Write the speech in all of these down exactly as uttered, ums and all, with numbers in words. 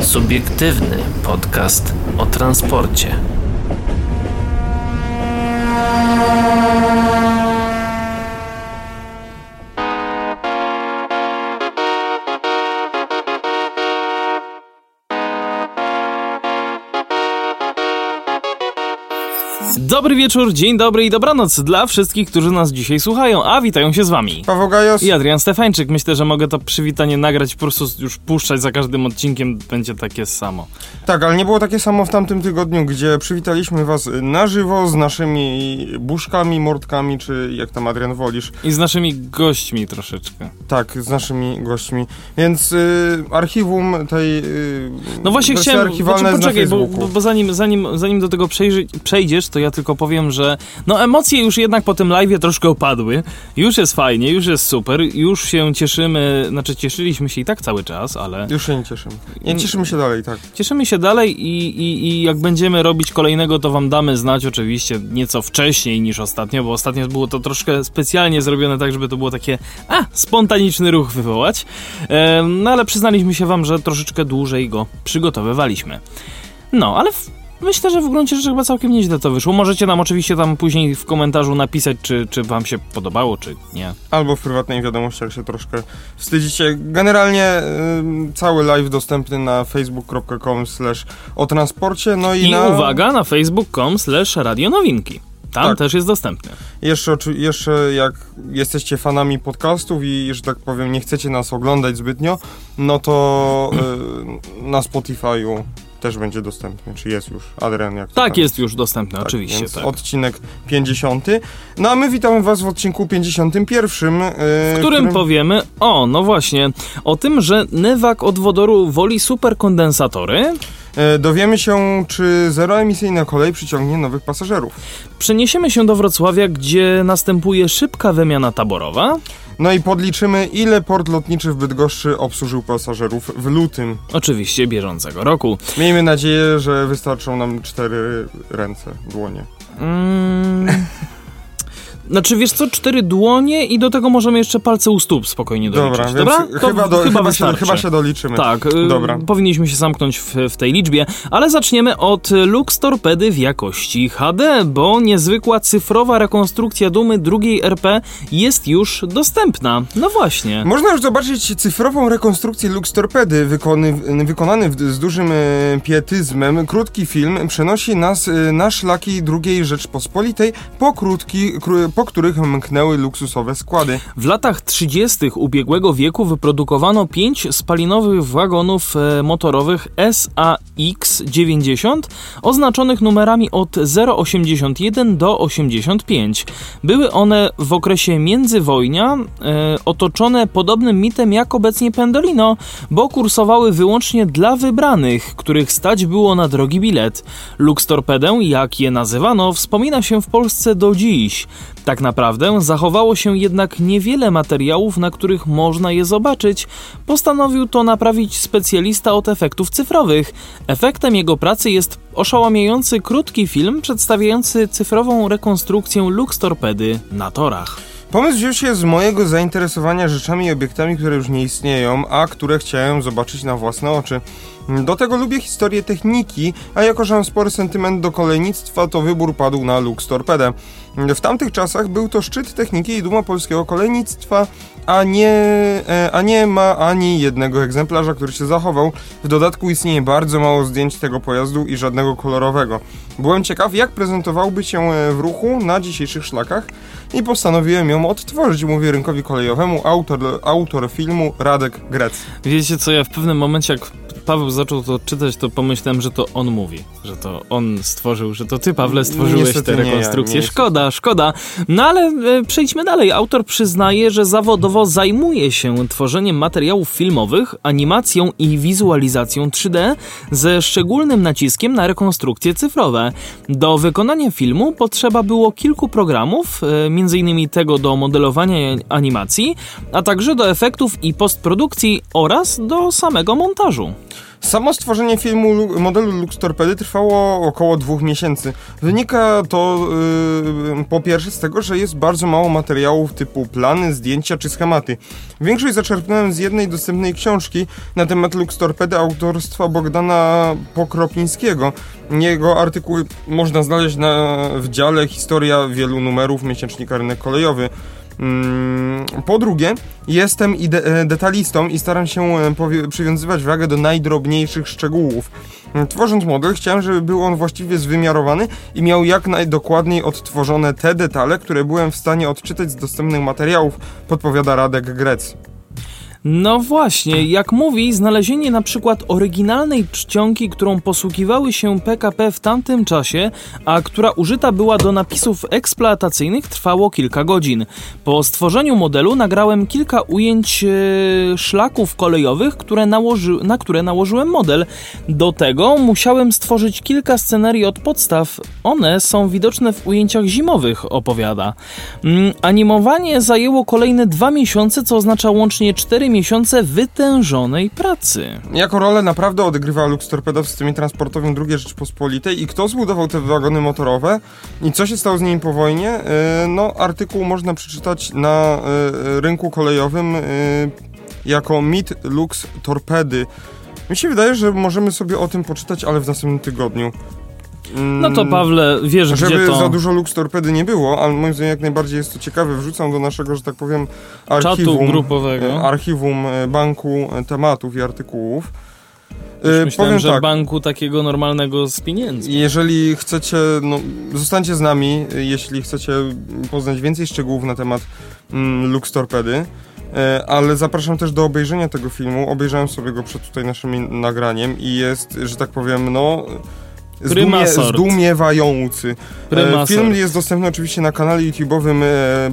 Subiektywny podcast o transporcie. Dobry wieczór, dzień dobry i dobranoc dla wszystkich, którzy nas dzisiaj słuchają, a witają się z wami Paweł Gajos i Adrian Stefańczyk. Myślę, że mogę to przywitanie nagrać, po prostu już puszczać za każdym odcinkiem, będzie takie samo. Tak, ale nie było takie samo w tamtym tygodniu, gdzie przywitaliśmy was na żywo z naszymi buszkami, mordkami, czy jak tam, Adrian, wolisz. I z naszymi gośćmi troszeczkę. Tak, z naszymi gośćmi. Więc y, archiwum tej y, No właśnie chciałem, archiwalne znaczy, poczekaj, na bo, bo, bo zanim, zanim, zanim do tego przejrzy, przejdziesz, to ja tylko powiem, że no emocje już jednak po tym live'ie troszkę opadły. Już jest fajnie, już jest super, już się cieszymy, znaczy cieszyliśmy się i tak cały czas, ale... Już się nie cieszymy. Nie cieszymy się dalej, tak. Cieszymy się dalej i, i, i jak będziemy robić kolejnego, to wam damy znać oczywiście nieco wcześniej niż ostatnio, bo ostatnio było to troszkę specjalnie zrobione tak, żeby to było takie a, spontaniczny ruch wywołać. E, no ale przyznaliśmy się wam, że troszeczkę dłużej go przygotowywaliśmy. No, ale... W... Myślę, że w gruncie rzeczy chyba całkiem nieźle to wyszło. Możecie nam oczywiście tam później w komentarzu napisać, czy, czy wam się podobało, czy nie. Albo w prywatnej wiadomości, jak się troszkę wstydzicie. Generalnie y, cały live dostępny na facebook kropka com slash o transporcie. No i, I na... uwaga, na facebook kropka com slash radionowinki. Tam tak. Też jest dostępny. Jeszcze, jeszcze jak jesteście fanami podcastów i, że tak powiem, nie chcecie nas oglądać zbytnio, no to y, na Spotify'u też będzie dostępny, czy jest już, Adrian, jak to Tak, tam? jest już dostępny, tak, oczywiście. Więc tak. Odcinek pięćdziesiąty. No a my witamy was w odcinku pięćdziesiątym pierwszym. Yy, w którym, którym powiemy, o, no właśnie, o tym, że Newag od wodoru woli superkondensatory. Yy, dowiemy się, czy zeroemisyjna kolej przyciągnie nowych pasażerów. Przeniesiemy się do Wrocławia, gdzie następuje szybka wymiana taborowa. No i podliczymy, ile port lotniczy w Bydgoszczy obsłużył pasażerów w lutym. Oczywiście bieżącego roku. Miejmy nadzieję, że wystarczą nam cztery ręce, dłonie. Mm. Znaczy, wiesz co, cztery dłonie i do tego możemy jeszcze palce u stóp spokojnie doliczyć. Dobra, Dobra? Więc chyba, do, chyba, chyba, się, chyba się doliczymy. Tak, Dobra. Y, powinniśmy się zamknąć w, w tej liczbie, ale zaczniemy od Lux Torpedy w jakości H D, bo niezwykła cyfrowa rekonstrukcja Dumy drugiej R P jest już dostępna. No właśnie. Można już zobaczyć cyfrową rekonstrukcję Lux Torpedy, wykony, wykonany w, z dużym e, pietyzmem. Krótki film przenosi nas e, na szlaki drugiej Rzeczpospolitej, po, krótki, kró, po których mknęły luksusowe składy. W latach trzydziestych ubiegłego wieku wyprodukowano pięć spalinowych wagonów e, motorowych S A X dziewięćdziesiąt oznaczonych numerami od zero osiemdziesiąt jeden do osiemdziesiąt pięć. Były one w okresie międzywojnia e, otoczone podobnym mitem jak obecnie Pendolino, bo kursowały wyłącznie dla wybranych, których stać było na drogi bilet. Lux Torpedę, jak je nazywano, wspomina się w Polsce do dziś. Tak naprawdę zachowało się jednak niewiele materiałów, na których można je zobaczyć. Postanowił to naprawić specjalista od efektów cyfrowych. Efektem jego pracy jest oszałamiający krótki film przedstawiający cyfrową rekonstrukcję Lux Torpedy na torach. Pomysł wziął się z mojego zainteresowania rzeczami i obiektami, które już nie istnieją, a które chciałem zobaczyć na własne oczy. Do tego lubię historię techniki, a jako że mam spory sentyment do kolejnictwa, to wybór padł na Lux Torpedę. W tamtych czasach był to szczyt techniki i duma polskiego kolejnictwa, a nie, a nie ma ani jednego egzemplarza, który się zachował. W dodatku istnieje bardzo mało zdjęć tego pojazdu i żadnego kolorowego. Byłem ciekaw, jak prezentowałby się w ruchu na dzisiejszych szlakach i postanowiłem ją odtworzyć, mówię rynkowi kolejowemu, autor, autor filmu Radek Grec. Wiecie co, ja w pewnym momencie, jak Paweł zaczął to czytać, to pomyślałem, że to on mówi, że to on stworzył, że to ty, Pawle, stworzyłeś Niestety tę rekonstrukcję. Nie ja, nie szkoda, szkoda. No ale e, przejdźmy dalej. Autor przyznaje, że zawodowo zajmuje się tworzeniem materiałów filmowych, animacją i wizualizacją trzy D ze szczególnym naciskiem na rekonstrukcje cyfrowe. Do wykonania filmu potrzeba było kilku programów, e, między innymi tego do modelowania animacji, a także do efektów i postprodukcji oraz do samego montażu. Samo stworzenie filmu lu- modelu Lux Torpedy trwało około dwóch miesięcy. Wynika to yy, po pierwsze z tego, że jest bardzo mało materiałów typu plany, zdjęcia czy schematy. Większość zaczerpnąłem z jednej dostępnej książki na temat Lux Torpedy autorstwa Bogdana Pokropińskiego. Jego artykuły można znaleźć na, w dziale Historia wielu numerów miesięcznika Rynek Kolejowy. Po drugie, jestem ide- detalistą i staram się powie- przywiązywać wagę do najdrobniejszych szczegółów. Tworząc model, chciałem, żeby był on właściwie zwymiarowany i miał jak najdokładniej odtworzone te detale, które byłem w stanie odczytać z dostępnych materiałów, podpowiada Radek Grec. No właśnie, jak mówi, znalezienie na przykład oryginalnej czcionki, którą posługiwały się P K P w tamtym czasie, a która użyta była do napisów eksploatacyjnych, trwało kilka godzin. Po stworzeniu modelu nagrałem kilka ujęć e, szlaków kolejowych, które nałoży, na które nałożyłem model. Do tego musiałem stworzyć kilka scenarii od podstaw. One są widoczne w ujęciach zimowych, opowiada. Mm, animowanie zajęło kolejne dwa miesiące, co oznacza łącznie cztery miesiące wytężonej pracy. Jako rolę naprawdę odgrywa Lux Torpeda w systemie transportowym drugiej Rzeczypospolitej i kto zbudował te wagony motorowe i co się stało z nimi po wojnie? Yy, no, artykuł można przeczytać na yy, rynku kolejowym yy, jako mit Lux Torpedy. Mi się wydaje, że możemy sobie o tym poczytać, ale w następnym tygodniu. No to Pawle, wiesz, Żeby gdzie to... za dużo Lux Torpedy nie było, ale moim zdaniem jak najbardziej jest to ciekawe. Wrzucam do naszego, że tak powiem, archiwum, czatu grupowego. archiwum banku tematów i artykułów. Już myślałem, Powiem że tak, banku takiego normalnego z pieniędzy. jeżeli chcecie, no, zostańcie z nami, jeśli chcecie poznać więcej szczegółów na temat mm, Lux Torpedy. Ale zapraszam też do obejrzenia tego filmu. Obejrzałem sobie go przed tutaj naszym nagraniem i jest, że tak powiem, no... Zdumie, zdumiewający. E, film jest dostępny oczywiście na kanale YouTube'owym, e,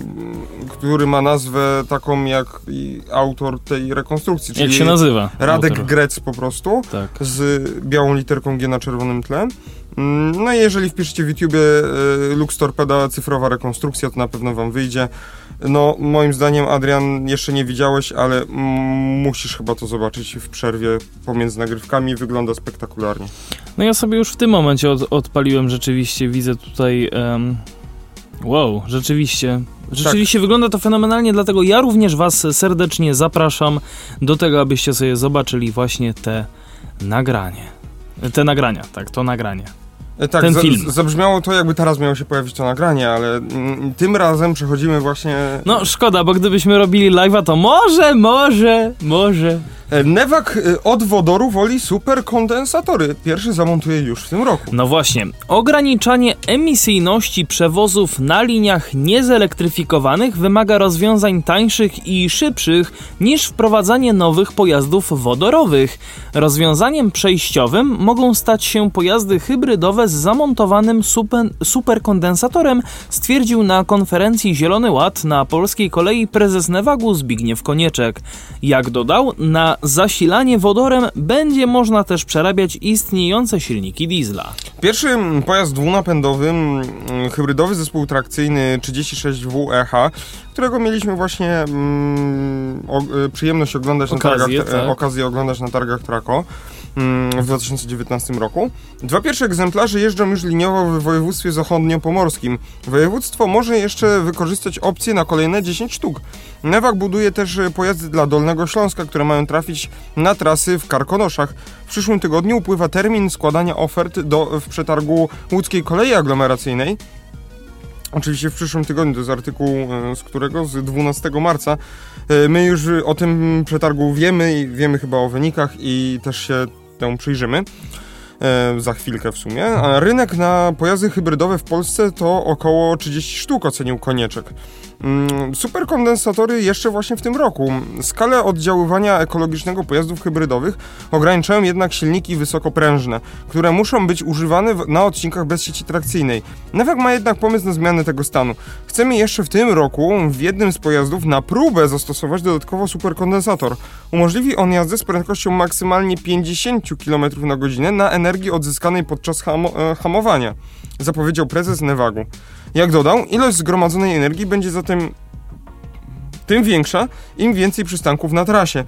który ma nazwę taką jak autor tej rekonstrukcji. Czyli jak się nazywa? Radek autor. Grec po prostu, tak. z białą literką G na czerwonym tle. No i jeżeli wpiszecie w YouTubie e, Lux Torpeda cyfrowa rekonstrukcja, to na pewno wam wyjdzie. No, moim zdaniem, Adrian, jeszcze nie widziałeś, ale mm, musisz chyba to zobaczyć w przerwie pomiędzy nagrywkami. Wygląda spektakularnie. No ja sobie już w tym momencie od, odpaliłem rzeczywiście, widzę tutaj... Um, wow, rzeczywiście. Rzeczywiście tak. Wygląda to fenomenalnie, dlatego ja również was serdecznie zapraszam do tego, abyście sobie zobaczyli właśnie te nagranie. Te nagrania, tak, to nagranie. Tak, ten za, film. Zabrzmiało to, jakby teraz miało się pojawić to nagranie, ale mm, tym razem przechodzimy właśnie... No szkoda, bo gdybyśmy robili live'a, to może, może, może... Newag od wodoru woli superkondensatory. Pierwszy zamontuje już w tym roku. No właśnie. Ograniczanie emisyjności przewozów na liniach niezelektryfikowanych wymaga rozwiązań tańszych i szybszych niż wprowadzanie nowych pojazdów wodorowych. Rozwiązaniem przejściowym mogą stać się pojazdy hybrydowe z zamontowanym super, superkondensatorem, stwierdził na konferencji Zielony Ład na Polskiej Kolei prezes Newagu Zbigniew Konieczek. Jak dodał, na zasilanie wodorem będzie można też przerabiać istniejące silniki diesla. Pierwszy pojazd dwunapędowy, hybrydowy zespół trakcyjny trzydzieści sześć W E H, którego mieliśmy właśnie mm, o, przyjemność oglądać okazję, na targach, tak. okazję oglądać na targach Trako w dwa tysiące dziewiętnastym roku. Dwa pierwsze egzemplarze jeżdżą już liniowo w województwie zachodniopomorskim. Województwo może jeszcze wykorzystać opcję na kolejne dziesięć sztuk. Newag buduje też pojazdy dla Dolnego Śląska, które mają trafić na trasy w Karkonoszach. W przyszłym tygodniu upływa termin składania ofert do, w przetargu Łódzkiej Kolei Aglomeracyjnej. Oczywiście w przyszłym tygodniu, to jest artykuł z którego? Z dwunastego marca. My już o tym przetargu wiemy i wiemy chyba o wynikach i też się temu przyjrzymy. Za chwilkę w sumie. A rynek na pojazdy hybrydowe w Polsce to około trzydzieści sztuk, ocenił Konieczek. Superkondensatory jeszcze właśnie w tym roku. Skalę oddziaływania ekologicznego pojazdów hybrydowych ograniczają jednak silniki wysokoprężne, które muszą być używane na odcinkach bez sieci trakcyjnej. Newag ma jednak pomysł na zmianę tego stanu. Chcemy jeszcze w tym roku w jednym z pojazdów na próbę zastosować dodatkowo superkondensator. Umożliwi on jazdę z prędkością maksymalnie pięćdziesiąt kilometrów na godzinę na energii odzyskanej podczas hamo- hamowania, zapowiedział prezes Newagu. Jak dodał, ilość zgromadzonej energii będzie zatem tym większa, im więcej przystanków na trasie.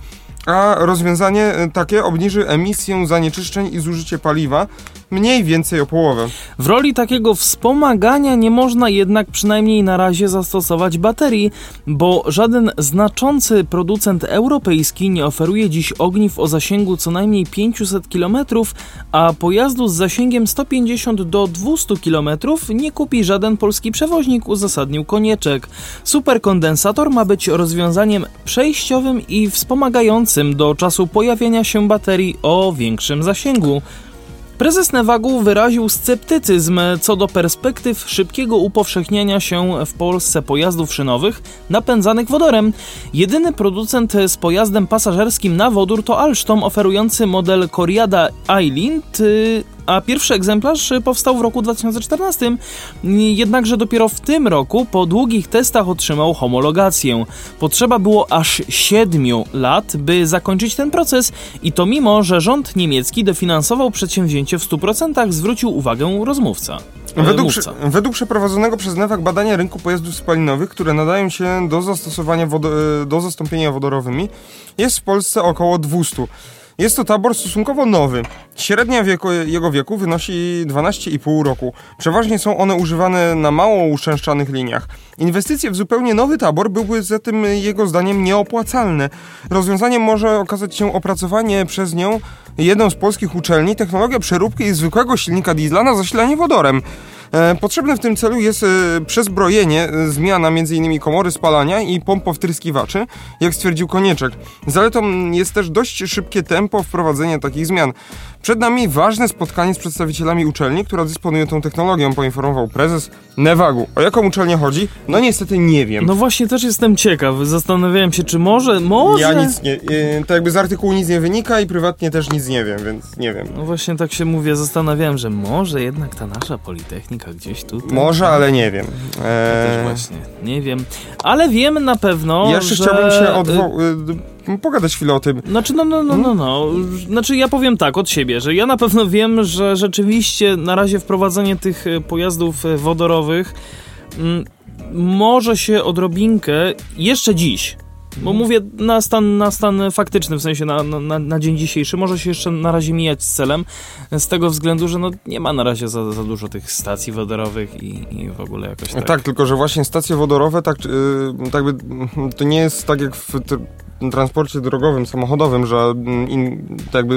a rozwiązanie takie obniży emisję zanieczyszczeń i zużycie paliwa mniej więcej o połowę. W roli takiego wspomagania nie można jednak przynajmniej na razie zastosować baterii, bo żaden znaczący producent europejski nie oferuje dziś ogniw o zasięgu co najmniej pięćset kilometrów, a pojazdu z zasięgiem sto pięćdziesiąt do dwustu kilometrów nie kupi żaden polski przewoźnik, uzasadnił Konieczek. Superkondensator ma być rozwiązaniem przejściowym i wspomagającym do czasu pojawienia się baterii o większym zasięgu. Prezes Nevagu wyraził sceptycyzm co do perspektyw szybkiego upowszechniania się w Polsce pojazdów szynowych napędzanych wodorem. Jedyny producent z pojazdem pasażerskim na wodór to Alstom, oferujący model Coriada Island, a pierwszy egzemplarz powstał w roku dwa tysiące czternastym, jednakże dopiero w tym roku po długich testach otrzymał homologację. Potrzeba było aż siedmiu lat, by zakończyć ten proces i to mimo, że rząd niemiecki dofinansował przedsięwzięcie w stu procentach, zwrócił uwagę rozmówca. Według, według przeprowadzonego przez Nevag badania rynku pojazdów spalinowych, które nadają się do zastosowania wodo- do zastąpienia wodorowymi, jest w Polsce około dwieście. Jest to tabor stosunkowo nowy. Średnia wieku, jego wieku wynosi dwanaście i pół roku. Przeważnie są one używane na mało uszczęszczanych liniach. Inwestycje w zupełnie nowy tabor były zatem jego zdaniem nieopłacalne. Rozwiązaniem może okazać się opracowanie przez nią jedną z polskich uczelni technologia przeróbki zwykłego silnika diesla na zasilanie wodorem. E, potrzebne w tym celu jest e, przezbrojenie, e, zmiana m.in. komory spalania i pomp powtryskiwaczy, jak stwierdził Konieczek. Zaletą jest też dość szybkie tempo wprowadzenia takich zmian. Przed nami ważne spotkanie z przedstawicielami uczelni, która dysponuje tą technologią, poinformował prezes Nevagu. O jaką uczelnię chodzi? No niestety nie wiem. No właśnie, też jestem ciekaw. Zastanawiałem się, czy może, może... Ja nic nie... Yy, tak jakby z artykułu nic nie wynika i prywatnie też nic nie wiem, więc nie wiem. No właśnie tak się mówię, zastanawiałem, że może jednak ta nasza Politechnika gdzieś tutaj... Może, ale nie wiem. Eee... Ja też właśnie nie wiem. Ale wiem na pewno, ja jeszcze że... chciałbym się odwo... Yy, pogadać chwilę o tym. Znaczy, no, no, no, no, no. Znaczy, ja powiem tak od siebie, że ja na pewno wiem, że rzeczywiście na razie wprowadzenie tych pojazdów wodorowych mm, może się odrobinkę jeszcze dziś, bo mówię na stan, na stan faktyczny, w sensie na, na, na dzień dzisiejszy, może się jeszcze na razie mijać z celem, z tego względu, że no nie ma na razie za, za dużo tych stacji wodorowych i, i w ogóle jakoś tak. Tak, tylko że właśnie stacje wodorowe, tak, yy, tak by, to nie jest tak jak w t- transporcie drogowym, samochodowym, że in, tak jakby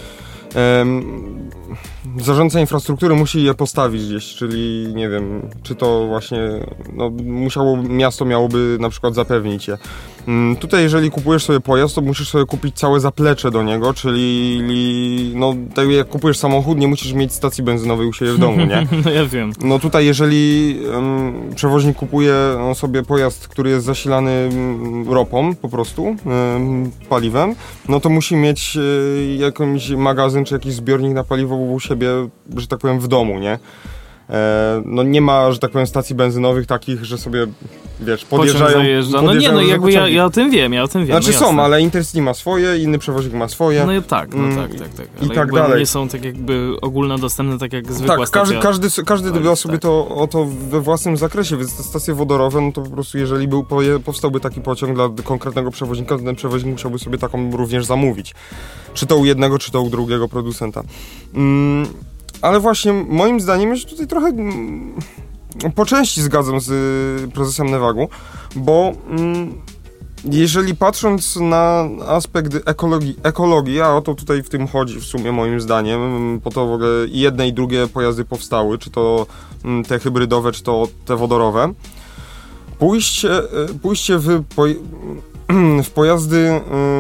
em, zarządca infrastruktury musi je postawić gdzieś, czyli nie wiem, czy to właśnie no, musiało, miasto miałoby na przykład zapewnić je. Tutaj jeżeli kupujesz sobie pojazd, to musisz sobie kupić całe zaplecze do niego, czyli no tak jak kupujesz samochód, nie musisz mieć stacji benzynowej u siebie w domu, nie? No ja wiem. No tutaj jeżeli um, przewoźnik kupuje no, sobie pojazd, który jest zasilany um, ropą po prostu, um, paliwem, no to musi mieć um, jakiś magazyn czy jakiś zbiornik na paliwo u siebie, że tak powiem, w domu, nie? No nie ma, że tak powiem, stacji benzynowych takich, że sobie, wiesz, podjeżdżają... podjeżdżają no nie, no jakby ja, ja o tym wiem, ja o tym wiem. Znaczy no są, ale Intercity ma swoje, inny przewoźnik ma swoje. No tak, no tak, tak, tak. Ale i tak dalej. Nie są tak jakby ogólnodostępne, tak jak zwykła tak, stacja. Tak, każdy, każdy, każdy dba sobie tak. to, o to we własnym zakresie, więc te stacje wodorowe, no to po prostu jeżeli był, powstałby taki pociąg dla konkretnego przewoźnika, to ten przewoźnik musiałby sobie taką również zamówić. Czy to u jednego, czy to u drugiego producenta. Mm. Ale właśnie moim zdaniem ja się tutaj trochę mm, po części zgadzam z y, prezesem Nevagu, bo mm, jeżeli patrząc na aspekt ekologii, ekologii, a o to tutaj w tym chodzi w sumie moim zdaniem, po to w ogóle i jedne i drugie pojazdy powstały, czy to mm, te hybrydowe, czy to te wodorowe, pójście, pójście w, poj, w pojazdy y,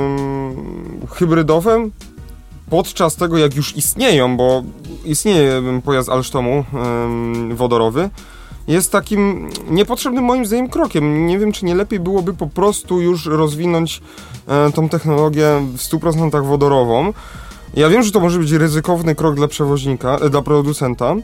hybrydowe podczas tego, jak już istnieją, bo istnieje pojazd Alstomu ym, wodorowy, jest takim niepotrzebnym moim zdaniem krokiem. Nie wiem, czy nie lepiej byłoby po prostu już rozwinąć y, tą technologię w stu procentach wodorową. Ja wiem, że to może być ryzykowny krok dla przewoźnika, y, dla producenta,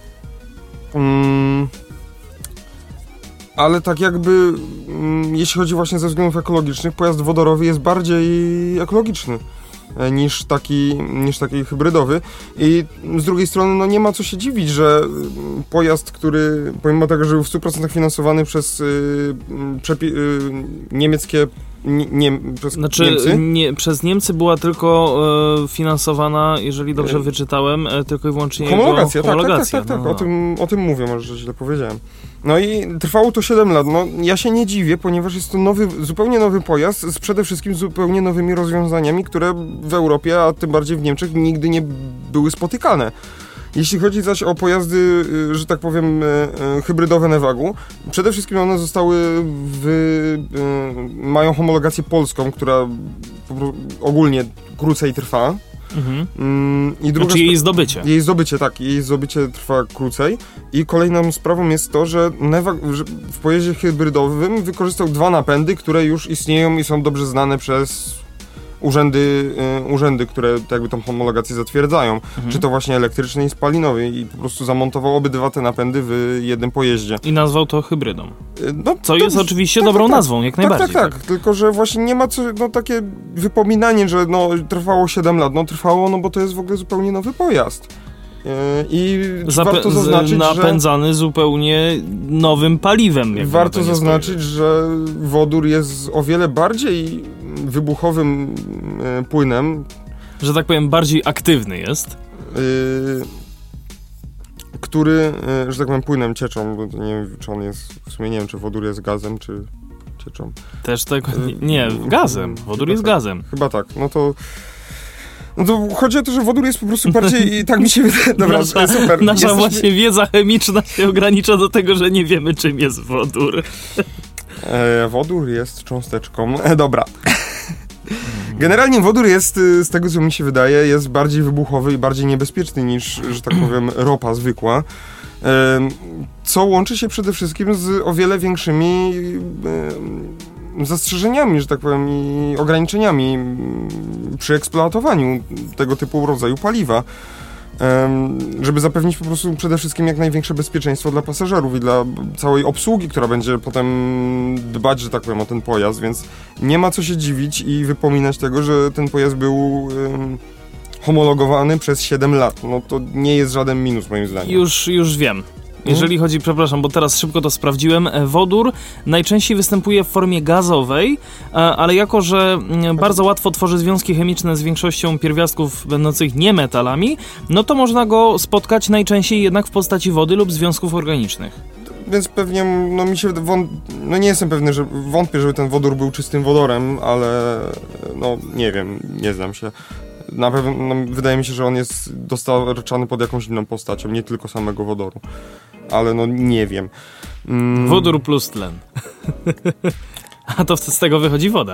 ym, ale tak jakby, ym, jeśli chodzi właśnie ze względów ekologicznych, pojazd wodorowy jest bardziej ekologiczny niż taki, niż taki hybrydowy i z drugiej strony no nie ma co się dziwić, że pojazd, który pomimo tego, że był w stu procentach finansowany przez y, przepi- y, niemieckie Nie, nie przez znaczy, Niemcy? Nie, przez Niemcy była tylko e, finansowana, jeżeli dobrze wyczytałem, e, tylko i wyłącznie homologacja, jego tak, homologacja. tak, tak, tak, no, tak. O, tym, o tym mówię, może że źle powiedziałem. No i trwało to siedem lat. No, ja się nie dziwię, ponieważ jest to nowy, zupełnie nowy pojazd z przede wszystkim zupełnie nowymi rozwiązaniami, które w Europie, a tym bardziej w Niemczech nigdy nie były spotykane. Jeśli chodzi zaś o pojazdy, że tak powiem, hybrydowe Nevagu, przede wszystkim one zostały, w, mają homologację polską, która ogólnie krócej trwa. Mhm. I druga znaczy jej zdobycie. Jej zdobycie, tak. Jej zdobycie trwa krócej. I kolejną sprawą jest to, że Nevag w pojeździe hybrydowym wykorzystał dwa napędy, które już istnieją i są dobrze znane przez urzędy, y, urzędy, które jakby tą homologację zatwierdzają. Mhm. Czy to właśnie elektryczny i spalinowy. I po prostu zamontował obydwa te napędy w jednym pojeździe. I nazwał to hybrydą. Y, no, co to jest już, oczywiście tak, dobrą tak, nazwą, jak tak, najbardziej. Tak, tak, tak. Tylko że właśnie nie ma co, no takie wypominanie, że no trwało siedem lat. No trwało, no bo to jest w ogóle zupełnie nowy pojazd. I Zape- warto zaznaczyć, napędzany że zupełnie nowym paliwem. Warto zaznaczyć, że wodór jest o wiele bardziej wybuchowym e, płynem. Że tak powiem, bardziej aktywny jest. E, który, e, że tak powiem, płynem cieczą, bo nie wiem, czy on jest, w sumie nie wiem, czy wodór jest gazem, czy cieczą. Też tego, nie, nie gazem. Wodór Chyba jest tak. gazem. Chyba tak, no to No to chodzi o to, że wodór jest po prostu bardziej i tak mi się wydaje. Dobra, nasza super. nasza Jesteśmy... właśnie wiedza chemiczna się ogranicza do tego, że nie wiemy, czym jest wodór. E, wodór jest cząsteczką. E, dobra. Generalnie wodór jest, z tego co mi się wydaje, jest bardziej wybuchowy i bardziej niebezpieczny niż, że tak powiem, ropa zwykła. E, co łączy się przede wszystkim z o wiele większymi e, zastrzeżeniami, że tak powiem, i ograniczeniami przy eksploatowaniu tego typu rodzaju paliwa. Żeby zapewnić po prostu przede wszystkim jak największe bezpieczeństwo dla pasażerów i dla całej obsługi, która będzie potem dbać, że tak powiem, o ten pojazd, więc nie ma co się dziwić i wypominać tego, że ten pojazd był um, homologowany przez siedem lat. No to nie jest żaden minus, moim zdaniem. Już, już wiem. Jeżeli chodzi, przepraszam, bo teraz szybko to sprawdziłem, wodór najczęściej występuje w formie gazowej, ale jako, że bardzo łatwo tworzy związki chemiczne z większością pierwiastków będących niemetalami, no to można go spotkać najczęściej jednak w postaci wody lub związków organicznych. Więc pewnie, no mi się, wąt... no nie jestem pewny, że wątpię, żeby ten wodór był czystym wodorem, ale no nie wiem, nie znam się. Na pewno, no, wydaje mi się, że on jest dostarczany pod jakąś inną postacią, nie tylko samego wodoru. Ale no nie wiem. Mm. Wodór plus tlen. A to z tego wychodzi woda.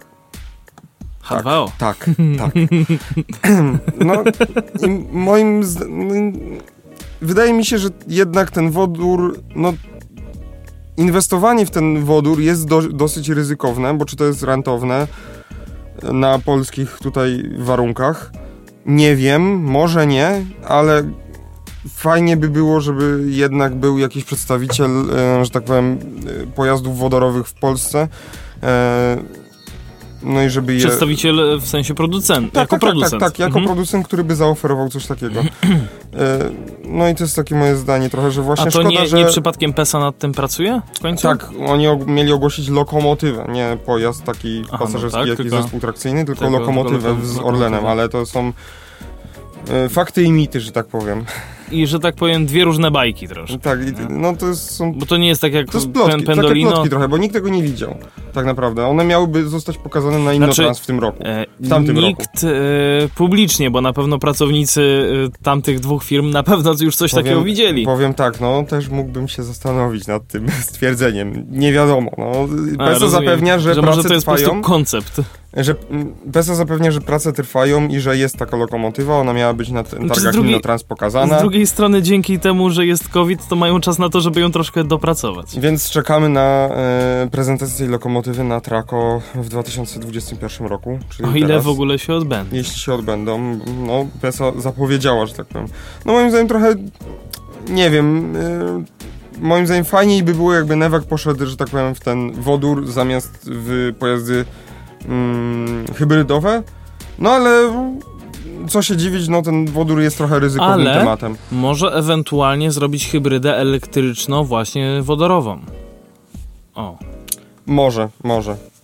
H dwa O. Tak, tak. tak. No i moim zdaniem wydaje mi się, że jednak ten wodór, no inwestowanie w ten wodór jest do, dosyć ryzykowne, bo czy to jest rentowne na polskich tutaj warunkach? Nie wiem, może nie, ale fajnie by było, żeby jednak był jakiś przedstawiciel, e, że tak powiem, pojazdów wodorowych w Polsce. E, no i żeby je... Przedstawiciel w sensie producent, tak, jako tak, producent. Tak, tak, tak, jako mhm. producent, który by zaoferował coś takiego. E, no i to jest takie moje zdanie trochę, że właśnie A to szkoda, nie, że... nie przypadkiem PESA nad tym pracuje w końcu? Tak, oni og- mieli ogłosić lokomotywę, nie pojazd taki Aha, pasażerski, no tak, jak i tylko, zespół trakcyjny, tylko tego, lokomotywę tylko z Orlenem, ale to są e, fakty i mity, że tak powiem. I że tak powiem, dwie różne bajki troszkę. Tak, i, no to jest, są... Bo to nie jest tak jak To jest plotki, Pendolino. takie plotki trochę, bo nikt tego nie widział, tak naprawdę. One miałyby zostać pokazane na Innotrans znaczy, w tym roku, w tamtym nikt roku. E, publicznie, bo na pewno pracownicy e, tamtych dwóch firm na pewno już coś powiem, takiego widzieli. Powiem tak, no też mógłbym się zastanowić nad tym stwierdzeniem. Nie wiadomo, no. PESA zapewnia, że, że prace może to jest trwają. po prostu koncept. Że PESA zapewnia, że prace trwają i że jest taka lokomotywa, ona miała być na ten targach drugiej, Innotrans pokazana. Z drugiej strony dzięki temu, że jest COVID, to mają czas na to, żeby ją troszkę dopracować. Więc czekamy na e, prezentację tej lokomotywy na Traco w dwa tysiące dwudziestym pierwszym roku. Czyli o ile teraz, w ogóle się odbędą. Jeśli się odbędą, no PESA zapowiedziała, że tak powiem. No moim zdaniem trochę, nie wiem, e, moim zdaniem fajniej by było, jakby Nevag poszedł, że tak powiem, w ten wodór zamiast w pojazdy mm, hybrydowe. No ale co się dziwić, no ten wodór jest trochę ryzykownym ale tematem. Może ewentualnie zrobić hybrydę elektryczną właśnie wodorową. O. Może, może.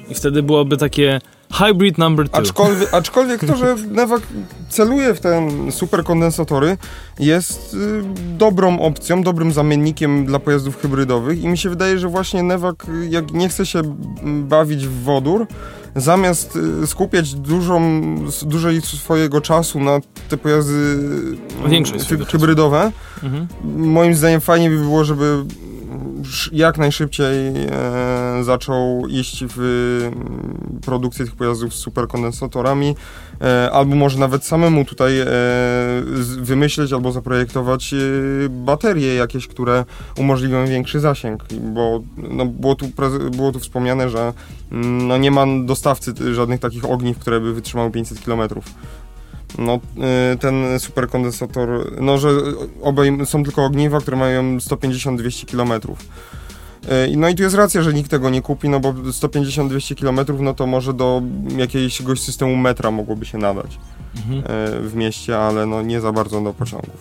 I wtedy byłoby takie hybrid number two. Aczkolwiek, aczkolwiek to, że Nevak celuje w te superkondensatory, jest y, dobrą opcją, dobrym zamiennikiem dla pojazdów hybrydowych i mi się wydaje, że właśnie Nevak, jak nie chce się bawić w wodór, zamiast y, skupiać dużą, dużo swojego czasu na te pojazdy y, hybrydowe, mhm. moim zdaniem fajnie by było, żeby jak najszybciej e, zaczął iść w e, produkcję tych pojazdów z superkondensatorami, e, albo może nawet samemu tutaj e, z, wymyśleć albo zaprojektować e, baterie jakieś, które umożliwią większy zasięg, bo no, było, tu, było tu wspomniane, że no, nie ma dostawcy żadnych takich ogniw, które by wytrzymały pięćset kilometrów. No, ten superkondensator, no, że obaj są tylko ogniwa, które mają sto pięćdziesiąt do dwustu kilometrów. No i tu jest racja, że nikt tego nie kupi, no bo sto pięćdziesiąt do dwustu kilometrów, no to może do jakiegoś systemu metra mogłoby się nadać mhm. w mieście, ale no nie za bardzo do pociągów.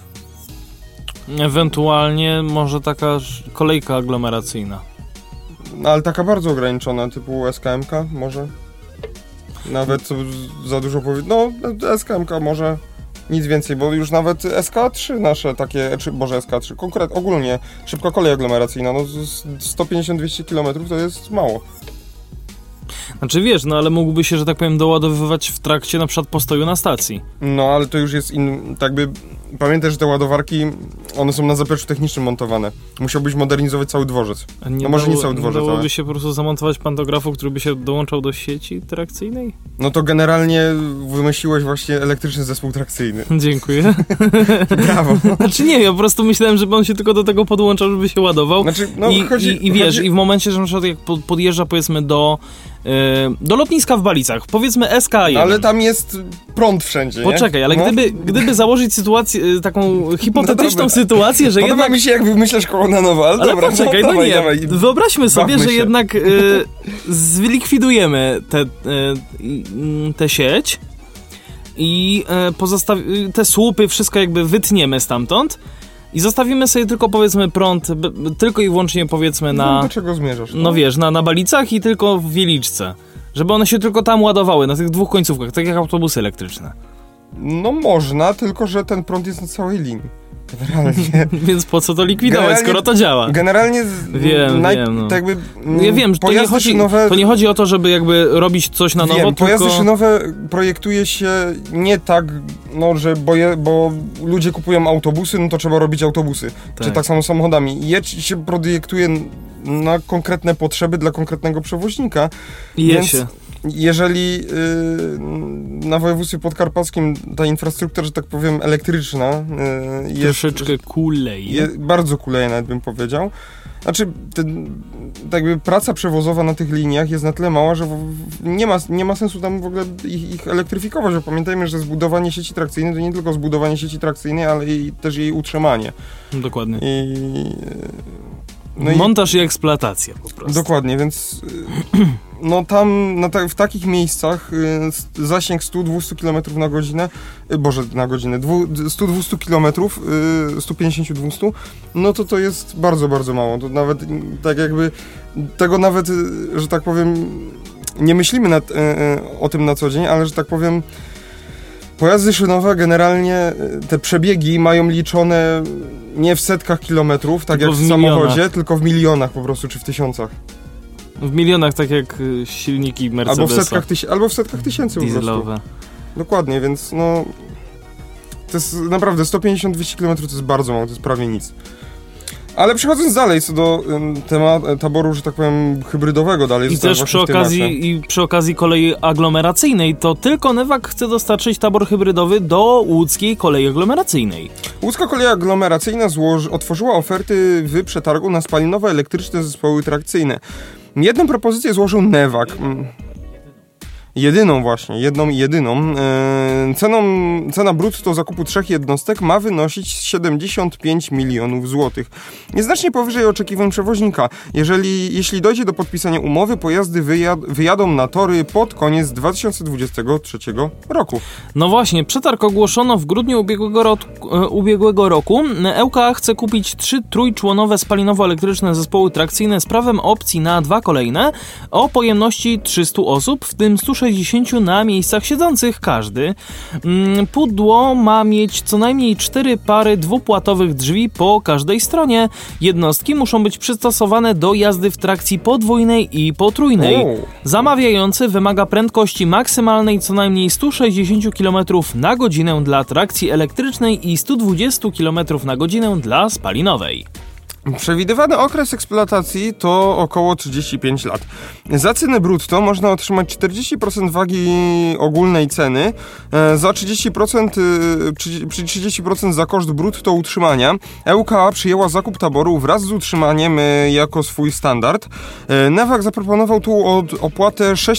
Ewentualnie może taka kolejka aglomeracyjna. No, ale taka bardzo ograniczona, typu S K M K może? Nawet co za dużo powiedzieć. No, S K M K może nic więcej, bo już nawet S K trzy nasze takie, czy Boże S K trzy, konkretnie, ogólnie szybka kolej aglomeracyjna, no sto pięćdziesiąt do dwustu kilometrów to jest mało. Znaczy wiesz, no ale mógłby się, że tak powiem, doładowywać w trakcie na przykład postoju na stacji. No, ale to już jest in, tak by, pamiętaj, że te ładowarki, one są na zapleczu technicznym montowane. Musiałbyś modernizować cały dworzec. A nie no może dało, nie cały dworzec, nie dałoby ale... się po prostu zamontować pantografu, który by się dołączał do sieci trakcyjnej? No to generalnie wymyśliłeś właśnie elektryczny zespół trakcyjny. Dziękuję. Brawo. Znaczy nie, ja po prostu myślałem, żeby on się tylko do tego podłączał, żeby się ładował. Znaczy, no, I, chodzi, i, i wiesz, chodzi... i w momencie, że na przykład jak podjeżdża powiedzmy do do lotniska w Balicach, powiedzmy S K jeden. Ale tam jest prąd wszędzie, nie? Poczekaj, ale no. gdyby, gdyby założyć sytuację, taką hipotetyczną no sytuację, że Podoba jednak... mi się, jak wymyślasz koło na nowo, ale, ale dobra. Poczekaj, no, no dawaj, nie, dawaj. Wyobraźmy sobie, Bawmy że się. jednak y, zlikwidujemy tę y, y, sieć i y, pozostawi- te słupy, wszystko jakby wytniemy stamtąd i zostawimy sobie tylko, powiedzmy, prąd, b- tylko i wyłącznie, powiedzmy, na... No, do czego zmierzasz? No, no wiesz, na, na Balicach i tylko w Wieliczce. Żeby one się tylko tam ładowały, na tych dwóch końcówkach, tak jak autobusy elektryczne. No można, tylko że ten prąd jest na całej linii. Generalnie. Więc po co to likwidować, skoro to działa? Generalnie wiem, naj, wiem, no. tak jakby, ja wiem, to nie, chodzi, szynowe, to nie chodzi o to, żeby jakby robić coś na wiem, nowo, pojazdy tylko... szynowe projektuje się nie tak, no, że bo, je, bo ludzie kupują autobusy, no to trzeba robić autobusy. Tak. Czy tak samo samochodami. Je się projektuje na konkretne potrzeby dla konkretnego przewoźnika. Je więc się. Jeżeli yy, na województwie podkarpackim ta infrastruktura, że tak powiem, elektryczna yy, jest... Troszeczkę kuleje. Je, bardzo kuleje, nawet bym powiedział. Znaczy, ten, tak jakby praca przewozowa na tych liniach jest na tyle mała, że w, w, nie, ma, nie ma sensu tam w ogóle ich, ich elektryfikować, bo pamiętajmy, że zbudowanie sieci trakcyjnej to nie tylko zbudowanie sieci trakcyjnej, ale i też jej utrzymanie. Dokładnie. I, no montaż i, i eksploatacja po prostu. Dokładnie, więc no tam na ta, w takich miejscach y, zasięg sto do dwustu kilometrów na godzinę, y, boże na godzinę, sto do dwustu kilometrów, y, sto pięćdziesiąt do dwustu, no to to jest bardzo, bardzo mało. To nawet tak jakby tego nawet, y, że tak powiem, nie myślimy nad, y, y, o tym na co dzień, ale że tak powiem, pojazdy szynowe generalnie, te przebiegi mają liczone nie w setkach kilometrów, tak tylko jak w, w samochodzie, tylko w milionach po prostu, czy w tysiącach. W milionach, tak jak silniki Mercedesa. Albo w setkach, tyś- albo w setkach tysięcy po prostu. Dokładnie, więc no... To jest naprawdę sto pięćdziesiąt do dwustu kilometrów to jest bardzo mało, to jest prawie nic. Ale przechodząc dalej co do um, tematu, taboru, że tak powiem, hybrydowego dalej. I też przy okazji, i przy okazji kolei aglomeracyjnej, to tylko Nevak chce dostarczyć tabor hybrydowy do łódzkiej kolei aglomeracyjnej. Łódzka kolej aglomeracyjna złoży, otworzyła oferty w przetargu na spalinowe elektryczne zespoły trakcyjne. Jedną propozycję złożył Nevak. Jedyną właśnie, jedną i jedyną. Yy, ceną, cena brutto zakupu trzech jednostek ma wynosić siedemdziesiąt pięć milionów złotych. Nieznacznie powyżej oczekiwań przewoźnika. Jeżeli, jeśli dojdzie do podpisania umowy, pojazdy wyjad, wyjadą na tory pod koniec dwa tysiące dwudziestego trzeciego roku. No właśnie, przetarg ogłoszono w grudniu ubiegłego, ro- ubiegłego roku. E U K A chce kupić trzy trójczłonowe spalinowo-elektryczne zespoły trakcyjne z prawem opcji na dwa kolejne o pojemności trzysta osób, w tym sto sześćdziesiąt na miejscach siedzących każdy. Pudło ma mieć co najmniej cztery pary dwupłatowych drzwi po każdej stronie. Jednostki muszą być przystosowane do jazdy w trakcji podwójnej i potrójnej. Zamawiający wymaga prędkości maksymalnej co najmniej sto sześćdziesiąt kilometrów na godzinę dla trakcji elektrycznej i sto dwadzieścia kilometrów na godzinę dla spalinowej. Przewidywany okres eksploatacji to około trzydzieści pięć lat. Za cenę brutto można otrzymać czterdzieści procent wagi ogólnej ceny, za trzydzieści procent, przy trzydzieści procent za koszt brutto utrzymania. E U K A przyjęła zakup taboru wraz z utrzymaniem jako swój standard. Newag zaproponował tu od opłatę sześć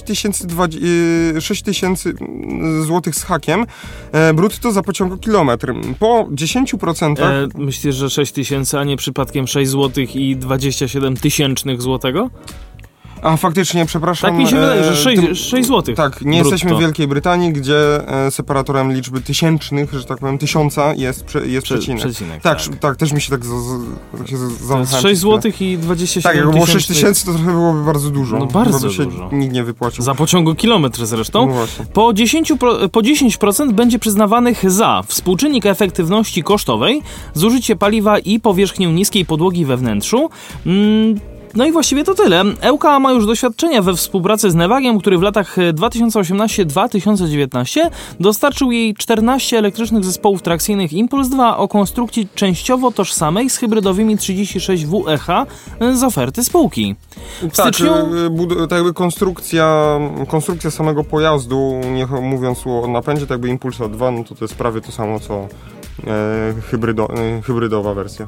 tysięcy złotych z hakiem brutto za pociągokilometr. Po dziesięć procent... E, myślisz, że sześć tysięcy, a nie przypadkiem sześć złotych i dwadzieścia siedem tysięcznych złotego? A faktycznie, przepraszam. Tak mi się wydaje, że e, sześć złotych. Tak, nie brutto. Jesteśmy w Wielkiej Brytanii, gdzie e, separatorem liczby tysięcznych, że tak powiem, tysiąca jest, prze, jest Prze, przecinek. przecinek. Tak, Tak, tak, też mi się tak, z, z, tak się zawahałem. sześć złotych i dwadzieścia siedem Tak, jakby było tysięcznych. sześć tysięcy, to trochę byłoby bardzo dużo. No bardzo bo by się dużo. Nikt nie wypłacił. Za pociągokilometr zresztą. No właśnie. Po, dziesięć pro, po dziesięć procent będzie przyznawanych za współczynnik efektywności kosztowej, zużycie paliwa i powierzchnię niskiej podłogi we wnętrzu. Mm, No i właściwie to tyle. E U K A ma już doświadczenia we współpracy z Newagiem, który w latach dwa tysiące osiemnastym do dwa tysiące dziewiętnastego dostarczył jej czternaście elektrycznych zespołów trakcyjnych Impuls dwa o konstrukcji częściowo tożsamej z hybrydowymi trzydzieści sześć W E H z oferty spółki. W tak, styczniu... bud- tak jakby konstrukcja, konstrukcja samego pojazdu, nie mówiąc o napędzie, tak jakby Impulsa dwa, no to to jest prawie to samo co e, hybrydo, e, hybrydowa wersja.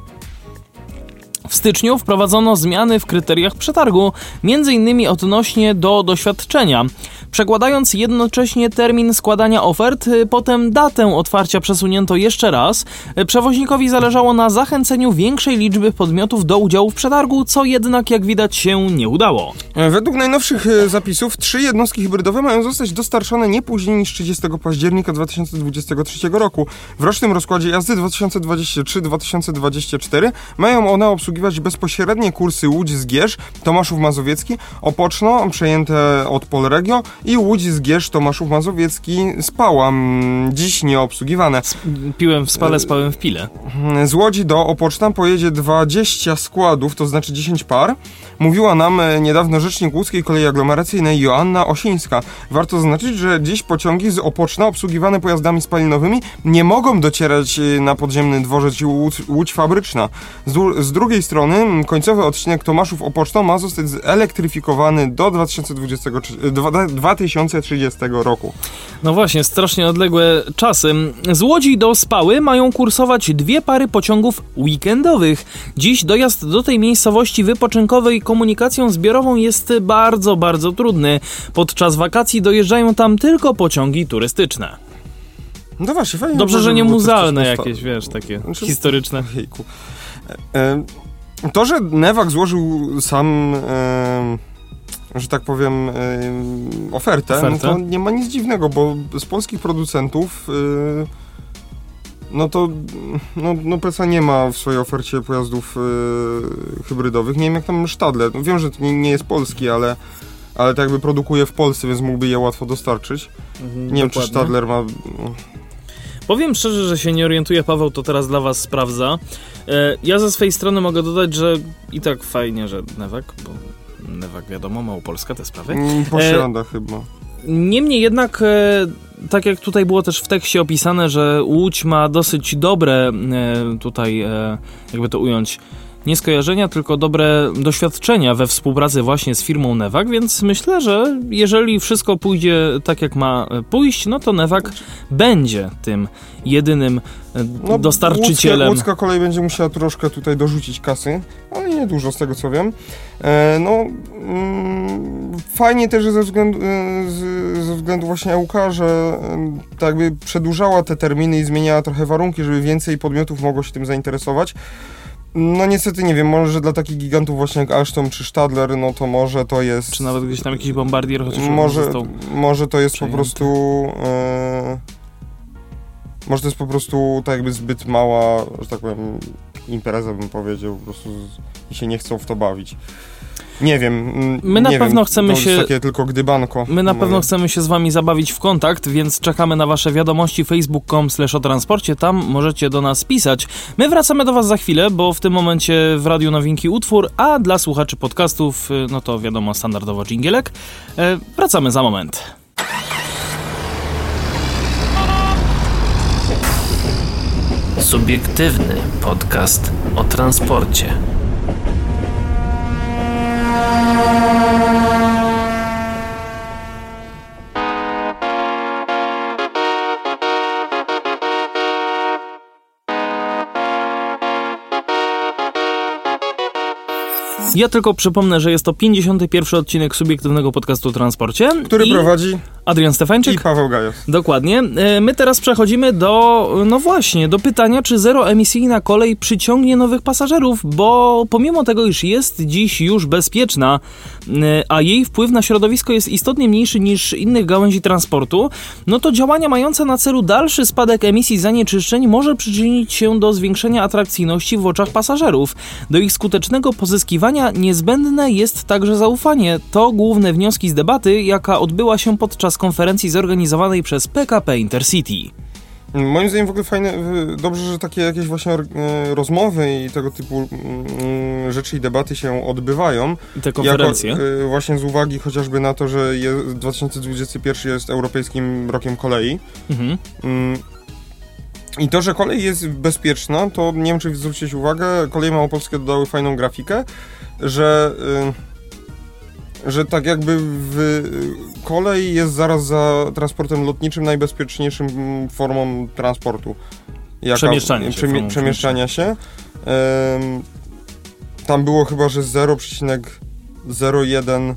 W styczniu wprowadzono zmiany w kryteriach przetargu, między innymi odnośnie do doświadczenia. Przekładając jednocześnie termin składania ofert, potem datę otwarcia przesunięto jeszcze raz. Przewoźnikowi zależało na zachęceniu większej liczby podmiotów do udziału w przetargu, co jednak, jak widać, się nie udało. Według najnowszych zapisów trzy jednostki hybrydowe mają zostać dostarczone nie później niż trzydziestego października dwa tysiące dwudziestego trzeciego roku. W rocznym rozkładzie jazdy dwa tysiące dwudziestego trzeciego do dwa tysiące dwudziestego czwartego mają one obsługiwać bezpośrednie kursy Łódź-Zgierz, Tomaszów Mazowiecki, Opoczno, przejęte od Polregio, i Łódź-Zgierz, Tomaszów Mazowiecki, Spała, dziś nieobsługiwane. Piłem w Spale, spałem w Pile. Z Łodzi do Opoczna pojedzie dwadzieścia składów, to znaczy dziesięć par. Mówiła nam niedawno rzecznik łódzkiej kolei aglomeracyjnej Joanna Osińska. Warto zaznaczyć, że dziś pociągi z Opoczna obsługiwane pojazdami spalinowymi nie mogą docierać na podziemny dworzec Łódź, Łódź Fabryczna. Z, dru- z drugiej strony końcowy odcinek Tomaszów-Opoczno ma zostać zelektryfikowany do dwa tysiące dwudziestego, dwa tysiące trzydziestego roku. No właśnie, strasznie odległe czasy. Z Łodzi do Spały mają kursować dwie pary pociągów weekendowych. Dziś dojazd do tej miejscowości wypoczynkowej komunikacją zbiorową jest bardzo, bardzo trudny. Podczas wakacji dojeżdżają tam tylko pociągi turystyczne. No właśnie, fajnie. Dobrze, że nie było muzealne coś jakieś, wiesz, takie Znaczy, historyczne. Jejku. E, to, że Newag złożył sam, e, że tak powiem, e, ofertę, Ofertę? No to nie ma nic dziwnego, bo z polskich producentów e, no to no, no P S A nie ma w swojej ofercie pojazdów e, hybrydowych. Nie wiem jak tam Stadler. No, wiem, że to nie, nie jest polski, ale ale tak jakby produkuje w Polsce, więc mógłby je łatwo dostarczyć. Mhm, nie wiem, czy Stadler ma... Powiem szczerze, że się nie orientuję, Paweł to teraz dla was sprawdza. E, ja ze swojej strony mogę dodać, że i tak fajnie, że Newag, bo Newag wiadomo, Małopolska, te sprawy. Mm, posiada e, chyba. Niemniej jednak, e, tak jak tutaj było też w tekście opisane, że Łódź ma dosyć dobre e, tutaj, e, jakby to ująć, nie skojarzenia, tylko dobre doświadczenia we współpracy właśnie z firmą Newag, więc myślę, że jeżeli wszystko pójdzie tak jak ma pójść, no to Newag będzie tym jedynym no, dostarczycielem. Łódzka, Łódzka kolej będzie musiała troszkę tutaj dorzucić kasy, ale nie dużo z tego co wiem. E, no, mm, fajnie też ze względu, z, ze względu właśnie E U K, że tak jakby przedłużała te terminy i zmieniała trochę warunki, żeby więcej podmiotów mogło się tym zainteresować. No niestety nie wiem, może dla takich gigantów właśnie jak Alstom czy Stadler, no to może to jest... Czy nawet gdzieś tam jakiś bombardier, chociaż może, został może to jest przejęty. po prostu... E, może to jest po prostu tak jakby zbyt mała, że tak powiem, impreza bym powiedział, po prostu i się nie chcą w to bawić. Nie wiem. My na nie pewno wiem, chcemy to się. jest takie tylko gdybanko. My na moje. pewno chcemy się z wami zabawić w kontakt, więc czekamy na wasze wiadomości facebook kropka com slash o transporcie. Tam możecie do nas pisać. My wracamy do was za chwilę, bo w tym momencie w Radiu Nowinki utwór, a dla słuchaczy podcastów, no to wiadomo, standardowo dżingielek. E, wracamy za moment. Subiektywny podcast o transporcie. Ja tylko przypomnę, że jest to pięćdziesiąty pierwszy odcinek subiektywnego podcastu o transporcie. Który i prowadzi Adrian Stefańczyk i Paweł Gajos. Dokładnie. My teraz przechodzimy do, no właśnie, do pytania, czy zeroemisyjna kolej przyciągnie nowych pasażerów, bo pomimo tego, iż jest dziś już bezpieczna, a jej wpływ na środowisko jest istotnie mniejszy niż innych gałęzi transportu, no to działania mające na celu dalszy spadek emisji zanieczyszczeń może przyczynić się do zwiększenia atrakcyjności w oczach pasażerów. Do ich skutecznego pozyskiwania niezbędne jest także zaufanie. To główne wnioski z debaty, jaka odbyła się podczas konferencji zorganizowanej przez P K P Intercity. Moim zdaniem w ogóle fajne, dobrze, że takie jakieś właśnie rozmowy i tego typu rzeczy i debaty się odbywają. I te konferencje. Jako, właśnie z uwagi chociażby na to, że dwa tysiące dwudziesty pierwszy jest Europejskim Rokiem Kolei. Mhm. I to, że kolej jest bezpieczna, to nie wiem, czy zwrócić uwagę, Koleje Małopolskie dodały fajną grafikę, że... że tak jakby w kolej jest zaraz za transportem lotniczym najbezpieczniejszą formą transportu. Jaka, przemieszczania się. Przemie, przemieszczania się. Um, tam było chyba, że zero przecinek zero jeden,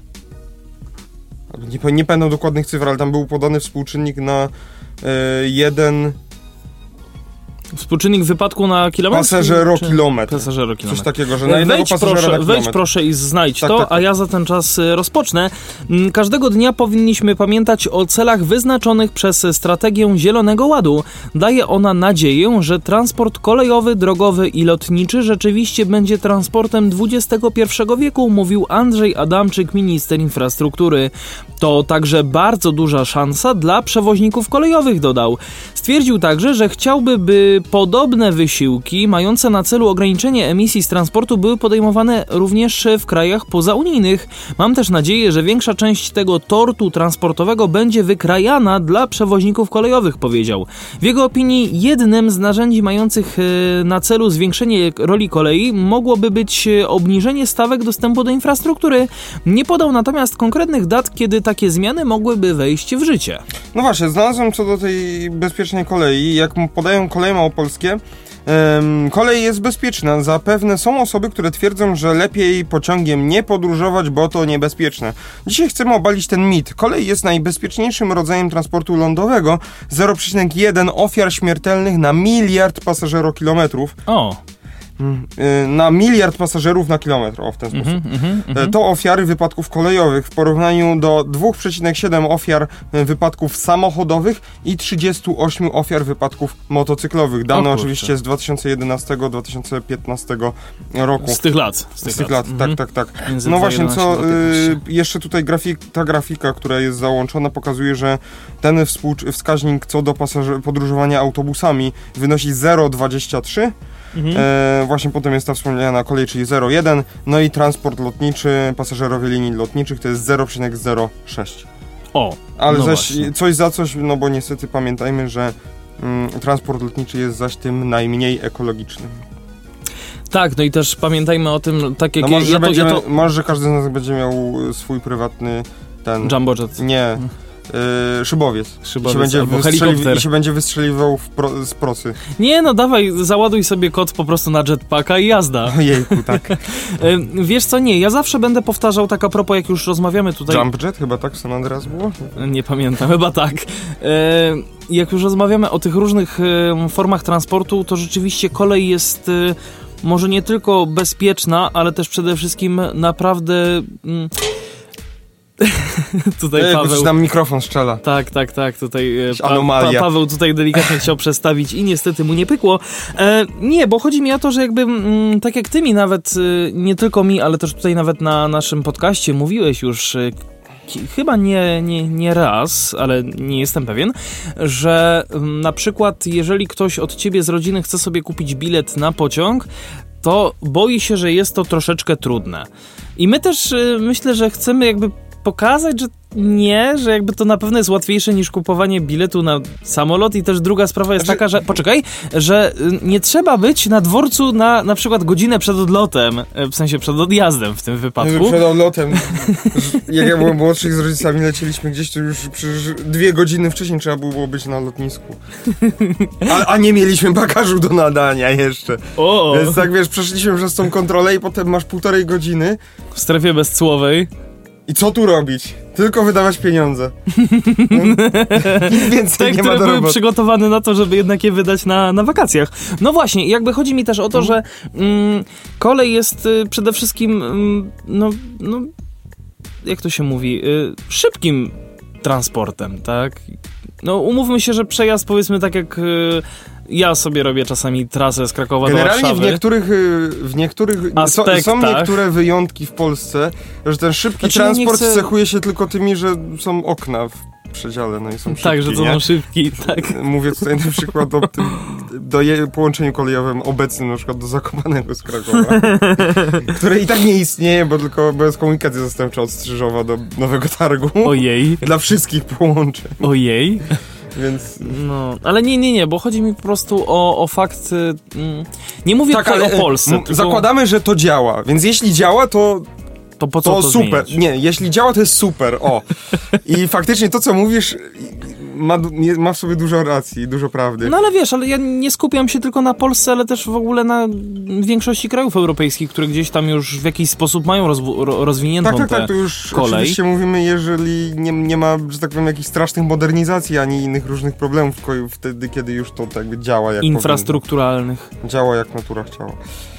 nie, nie pamiętam dokładnych cyfr, ale tam był podany współczynnik na y, jeden... Współczynnik wypadku na kilometr? Pasażerokilometr. Pasażerokilometr. Coś takiego, że na jednego wejdź pasażera proszę, na kilometr. Wejdź proszę i znajdź tak, to, tak, tak. a ja za ten czas rozpocznę. Każdego dnia powinniśmy pamiętać o celach wyznaczonych przez strategię Zielonego Ładu. Daje ona nadzieję, że transport kolejowy, drogowy i lotniczy rzeczywiście będzie transportem dwudziestego pierwszego wieku, mówił Andrzej Adamczyk, minister infrastruktury. To także bardzo duża szansa dla przewoźników kolejowych, dodał. Stwierdził także, że chciałby, by podobne wysiłki mające na celu ograniczenie emisji z transportu były podejmowane również w krajach pozaunijnych. Mam też nadzieję, że większa część tego tortu transportowego będzie wykrajana dla przewoźników kolejowych, powiedział. W jego opinii jednym z narzędzi mających na celu zwiększenie roli kolei mogłoby być obniżenie stawek dostępu do infrastruktury. Nie podał natomiast konkretnych dat, kiedy takie zmiany mogłyby wejść w życie. No właśnie, znalazłem co do tej bezpiecznej kolei, jak podają Koleje Małopolskie, um, kolej jest bezpieczna. Zapewne są osoby, które twierdzą, że lepiej pociągiem nie podróżować, bo to niebezpieczne. Dzisiaj chcemy obalić ten mit. Kolej jest najbezpieczniejszym rodzajem transportu lądowego. zero przecinek jeden ofiar śmiertelnych na miliard pasażerokilometrów. O! Na miliard pasażerów na kilometr, o w ten sposób. Mm-hmm, mm-hmm. To ofiary wypadków kolejowych w porównaniu do dwa przecinek siedem ofiar wypadków samochodowych i trzydzieści osiem ofiar wypadków motocyklowych. Dane oczywiście z dwa tysiące jedenastego do dwa tysiące piętnastego roku. Z tych lat. Z tych, z tych lat, lat. Mm-hmm. tak, tak, tak. Między no właśnie, co y, jeszcze tutaj grafik, ta grafika, która jest załączona, pokazuje, że ten współ- wskaźnik co do pasaż- podróżowania autobusami wynosi zero przecinek dwadzieścia trzy. Mhm. E, właśnie potem jest ta wspomniana kolej, czyli zero przecinek jeden, no i transport lotniczy, pasażerowie linii lotniczych to jest zero przecinek zero sześć. O, ale no zaś właśnie. Coś za coś, no bo niestety pamiętajmy, że mm, transport lotniczy jest zaś tym najmniej ekologicznym. Tak, no i też pamiętajmy o tym, tak jak no może, ja, że ja, to, będziemy, ja to... może, że każdy z nas będzie miał swój prywatny ten... Jumbojet. Nie. Yy, szybowiec. Szybowiec I się będzie albo wystrzeli- helikopter. I się będzie wystrzeliwał w pro- z procy. Nie, no dawaj, załaduj sobie kod po prostu na jetpacka i jazda. Ojejku, tak. E, Wiesz co, nie, ja zawsze będę powtarzał tak a propos, jak już rozmawiamy tutaj... Jump jet chyba tak w San Andreas było? Nie pamiętam, chyba tak. E, jak już rozmawiamy o tych różnych e, formach transportu, to rzeczywiście kolej jest e, może nie tylko bezpieczna, ale też przede wszystkim naprawdę... Mm, tutaj Ej, Paweł... nam mikrofon strzela. Tak, tak, tak, tutaj e, pa, anomalia. pa, Paweł tutaj delikatnie chciał przestawić i niestety mu nie pykło. E, nie, bo chodzi mi o to, że jakby mm, tak jak ty mi nawet, e, nie tylko mi, ale też tutaj nawet na naszym podcaście mówiłeś już e, ki- chyba nie, nie, nie raz, ale nie jestem pewien, że mm, na przykład jeżeli ktoś od ciebie z rodziny chce sobie kupić bilet na pociąg, to boi się, że jest to troszeczkę trudne. I my też e, myślę, że chcemy jakby pokazać, że nie, że jakby to na pewno jest łatwiejsze niż kupowanie biletu na samolot i też druga sprawa jest Znaczy... taka, że poczekaj, że nie trzeba być na dworcu na na przykład godzinę przed odlotem, w sensie przed odjazdem w tym wypadku. Przed odlotem. Jak ja byłem młodszy z rodzicami lecieliśmy gdzieś, to już przecież dwie godziny wcześniej trzeba było być na lotnisku. A, a nie mieliśmy bagażu do nadania jeszcze. O, Więc tak wiesz, przeszliśmy przez tą kontrolę i potem masz półtorej godziny. w strefie bezcłowej. I co tu robić? Tylko wydawać pieniądze. No, nic więcej Te, nie ma które do były roboty. przygotowane na to, żeby jednak je wydać na, na wakacjach. No właśnie, jakby chodzi mi też o to, że mm, kolej jest y, przede wszystkim, mm, no, no, jak to się mówi, y, szybkim transportem, tak? No umówmy się, że przejazd, powiedzmy tak jak... Y, ja sobie robię czasami trasę z Krakowa Generalnie do Warszawy. w niektórych, y, w niektórych są, są niektóre wyjątki w Polsce, że ten szybki znaczy, transport chcę... cechuje się tylko tymi, że są okna w przedziale, no i są szybki, tak, że to nie? są szybki, tak. Mówię tutaj na przykład o tym, do je, połączeniu kolejowym obecnym, na przykład do Zakopanego z Krakowa, które i tak nie istnieje, bo tylko bo jest komunikacja zastępcza od Strzyżowa do Nowego Targu. Ojej. Dla wszystkich połączeń. Ojej. Więc... No, ale nie, nie, nie, bo chodzi mi po prostu o, o fakt... Mm, nie mówię tak, tutaj ale, o Polsce. m- tylko... Zakładamy, że to działa, więc jeśli działa, to... To po co to, to super. zmieniać? Nie, jeśli działa, to jest super. O. I faktycznie to, co mówisz, ma, ma w sobie dużo racji, dużo prawdy. No ale wiesz, ale ja nie skupiam się tylko na Polsce, ale też w ogóle na większości krajów europejskich, które gdzieś tam już w jakiś sposób mają rozwu- ro- rozwiniętą Tak, tak, tę tak, to już kolej. oczywiście mówimy, jeżeli nie, nie ma, że tak powiem, jakichś strasznych modernizacji, ani innych różnych problemów, tylko wtedy, kiedy już to tak jakby działa jak infrastrukturalnych. powinno. Działa jak natura chciała.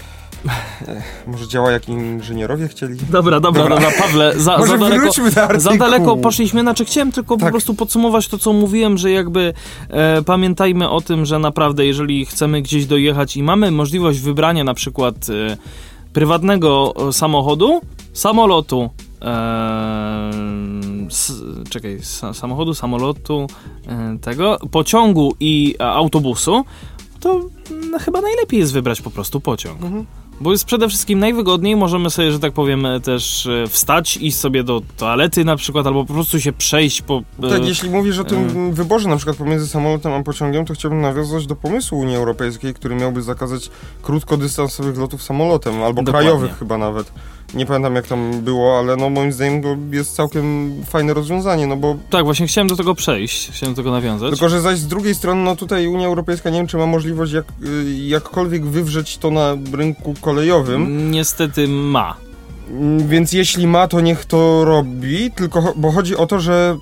Ech, może działa jak inżynierowie chcieli? Dobra, dobra, dobra, dobra Pawle, za, może za, daleko, wróćmy do artykułu. za daleko poszliśmy, znaczy chciałem tylko tak. po prostu podsumować to, co mówiłem, że jakby e, pamiętajmy o tym, że naprawdę jeżeli chcemy gdzieś dojechać i mamy możliwość wybrania na przykład e, prywatnego samochodu, samolotu, e, s, czekaj, sa, samochodu, samolotu, e, tego, pociągu i e, autobusu, to no, chyba najlepiej jest wybrać po prostu pociąg. Mhm. Bo jest przede wszystkim najwygodniej, możemy sobie, że tak powiem, też wstać, iść sobie do toalety na przykład, albo po prostu się przejść po... Tak, e, jeśli mówisz o tym e... wyborze na przykład pomiędzy samolotem a pociągiem, to chciałbym nawiązać do pomysłu Unii Europejskiej, który miałby zakazać krótkodystansowych lotów samolotem, albo Dokładnie. krajowych chyba nawet. Nie pamiętam jak tam było, ale no moim zdaniem to jest całkiem fajne rozwiązanie, no bo... Tak, właśnie chciałem do tego przejść, chciałem do tego nawiązać. Tylko, że zaś z drugiej strony, no tutaj Unia Europejska nie wiem, czy ma możliwość jak, jakkolwiek wywrzeć to na rynku kolejowym. Niestety ma. Więc jeśli ma, to niech to robi, tylko, bo chodzi o to, że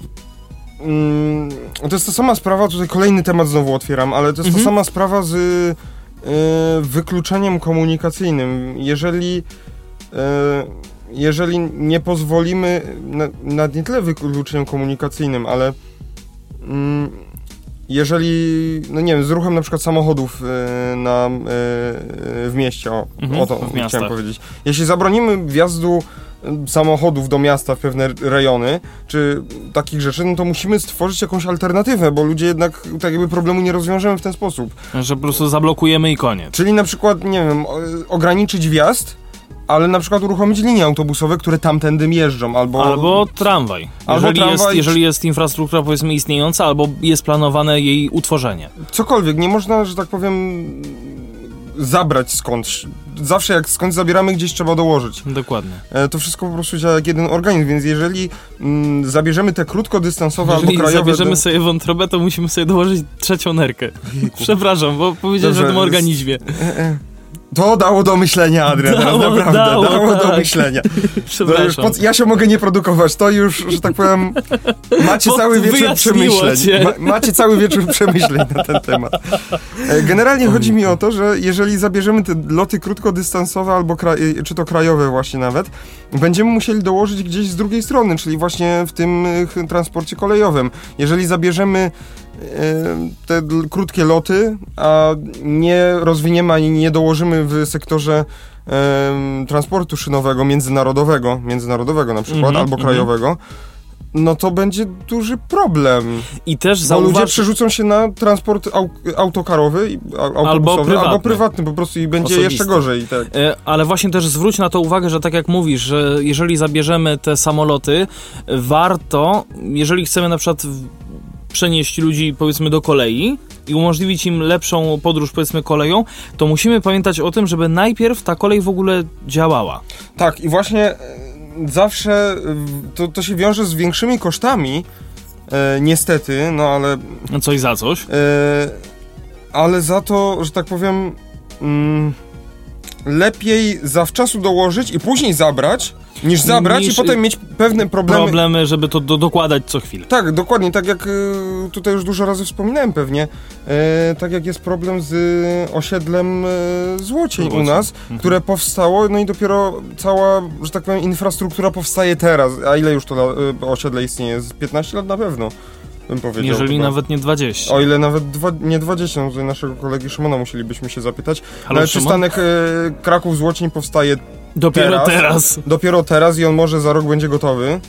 mm, to jest ta sama sprawa, tutaj kolejny temat znowu otwieram, ale to jest mhm. ta sama sprawa z y, wykluczeniem komunikacyjnym. Jeżeli jeżeli nie pozwolimy na, na nie tyle wykluczeniem komunikacyjnym, ale mm, jeżeli, no nie wiem, z ruchem na przykład samochodów y, na, y, w mieście, o, mhm, o to chciałem powiedzieć. Jeśli zabronimy wjazdu samochodów do miasta w pewne rejony, czy takich rzeczy, no to musimy stworzyć jakąś alternatywę, bo ludzie jednak tak jakby problemu nie rozwiążemy w ten sposób. Że po prostu zablokujemy i koniec. Czyli na przykład, nie wiem, ograniczyć wjazd, ale na przykład uruchomić linie autobusowe, które tamtędy jeżdżą, albo... Albo tramwaj. Albo jeżeli, tramwaj. Jest, jeżeli jest infrastruktura, powiedzmy, istniejąca, albo jest planowane jej utworzenie. Cokolwiek. Nie można, że tak powiem, zabrać skądś. Zawsze jak skądś zabieramy, gdzieś trzeba dołożyć. Dokładnie. E, to wszystko po prostu działa jak jeden organizm, więc jeżeli mm, zabierzemy te krótkodystansowe Jeżeli albo krajowe... zabierzemy do... sobie wątrobę, to musimy sobie dołożyć trzecią nerkę. Przepraszam, bo powiedziałeś o tym organizmie. E, e. To dało do myślenia, Adrian, dało, naprawdę, dało, dało tak. do myślenia. Przepraszam. Pod, ja się mogę nie produkować, to już, że tak powiem, macie Pod, cały wieczór przemyśleń. Ma, macie cały wieczór przemyśleń na ten temat. Generalnie chodzi mi o to, że jeżeli zabierzemy te loty krótkodystansowe albo kraj, czy to krajowe właśnie nawet, będziemy musieli dołożyć gdzieś z drugiej strony, czyli właśnie w tym transporcie kolejowym. Jeżeli zabierzemy te krótkie loty, a nie rozwiniemy ani nie dołożymy w sektorze e, transportu szynowego międzynarodowego, międzynarodowego na przykład, mm-hmm, albo krajowego, mm-hmm. no to będzie duży problem. I też bo zauważ... ludzie przerzucą się na transport au- autokarowy, autobusowy, albo prywatny. albo prywatny po prostu i będzie Osobisty. jeszcze gorzej. Tak. E, ale właśnie też zwróć na to uwagę, że tak jak mówisz, że jeżeli zabierzemy te samoloty, warto, jeżeli chcemy na przykład przenieść ludzi, powiedzmy, do kolei i umożliwić im lepszą podróż, powiedzmy, koleją, to musimy pamiętać o tym, żeby najpierw ta kolej w ogóle działała. Tak, i właśnie zawsze to, to się wiąże z większymi kosztami, e, niestety, no ale... Coś za coś. E, ale za to, że tak powiem, mm, lepiej zawczasu dołożyć i później zabrać, niż zabrać niż i potem mieć pewne problemy. Problemy, żeby to do, dokładać co chwilę. Tak, dokładnie, tak jak y, tutaj już dużo razy wspominałem pewnie, y, tak jak jest problem z y, osiedlem y, Złocień Złocień. u nas, mhm. które powstało, no i dopiero cała, że tak powiem, infrastruktura powstaje teraz. A ile już to y, osiedle istnieje? Z piętnaście lat na pewno, bym powiedział. Jeżeli chyba. nawet nie dwadzieścia. O ile nawet dwa, nie dwadzieścia, no tutaj naszego kolegi Szymona musielibyśmy się zapytać. Halo, ale przystanek y, Kraków-Złocień powstaje Dopiero teraz, teraz. Dopiero teraz i on może za rok będzie gotowy.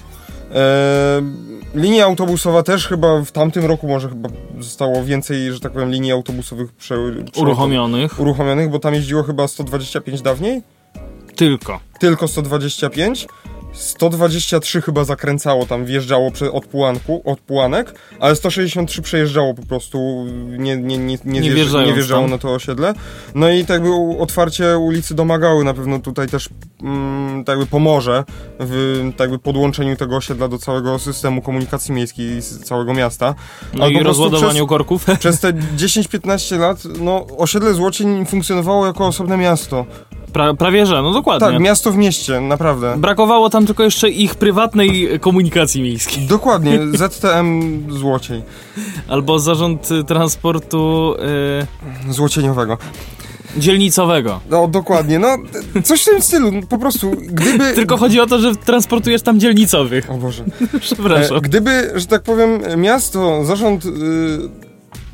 E, linia autobusowa też chyba w tamtym roku może chyba zostało więcej, że tak powiem, linii autobusowych prze, prze, uruchomionych. Uruchomionych, bo tam jeździło chyba sto dwadzieścia pięć dawniej? Tylko. Tylko sto dwadzieścia pięć. sto dwadzieścia trzy chyba zakręcało, tam wjeżdżało prze, od, pułanku, od pułanek, ale sto sześćdziesiąt trzy przejeżdżało po prostu, nie, nie, nie, nie, nie, wjeżdż, nie wjeżdżało tam na to osiedle. No i tak jakby otwarcie ulicy Domagały na pewno tutaj też mm, tak jakby pomoże w tak jakby podłączeniu tego osiedla do całego systemu komunikacji miejskiej z całego miasta. No ale i rozładowaniu przez, korków. Przez te dziesięć piętnaście lat, no osiedle Złocień funkcjonowało jako osobne miasto. Pra, prawie że, no dokładnie. Tak, miasto w mieście, naprawdę. Brakowało tam tylko jeszcze ich prywatnej komunikacji miejskiej. Dokładnie, Z T M Złocień. Albo Zarząd Transportu... Yy... Złocieniowego. Dzielnicowego. No, dokładnie, no, coś w tym stylu, po prostu, gdyby... Tylko chodzi o to, że transportujesz tam dzielnicowych. O Boże. Przepraszam. E, gdyby, że tak powiem, miasto, zarząd... Yy...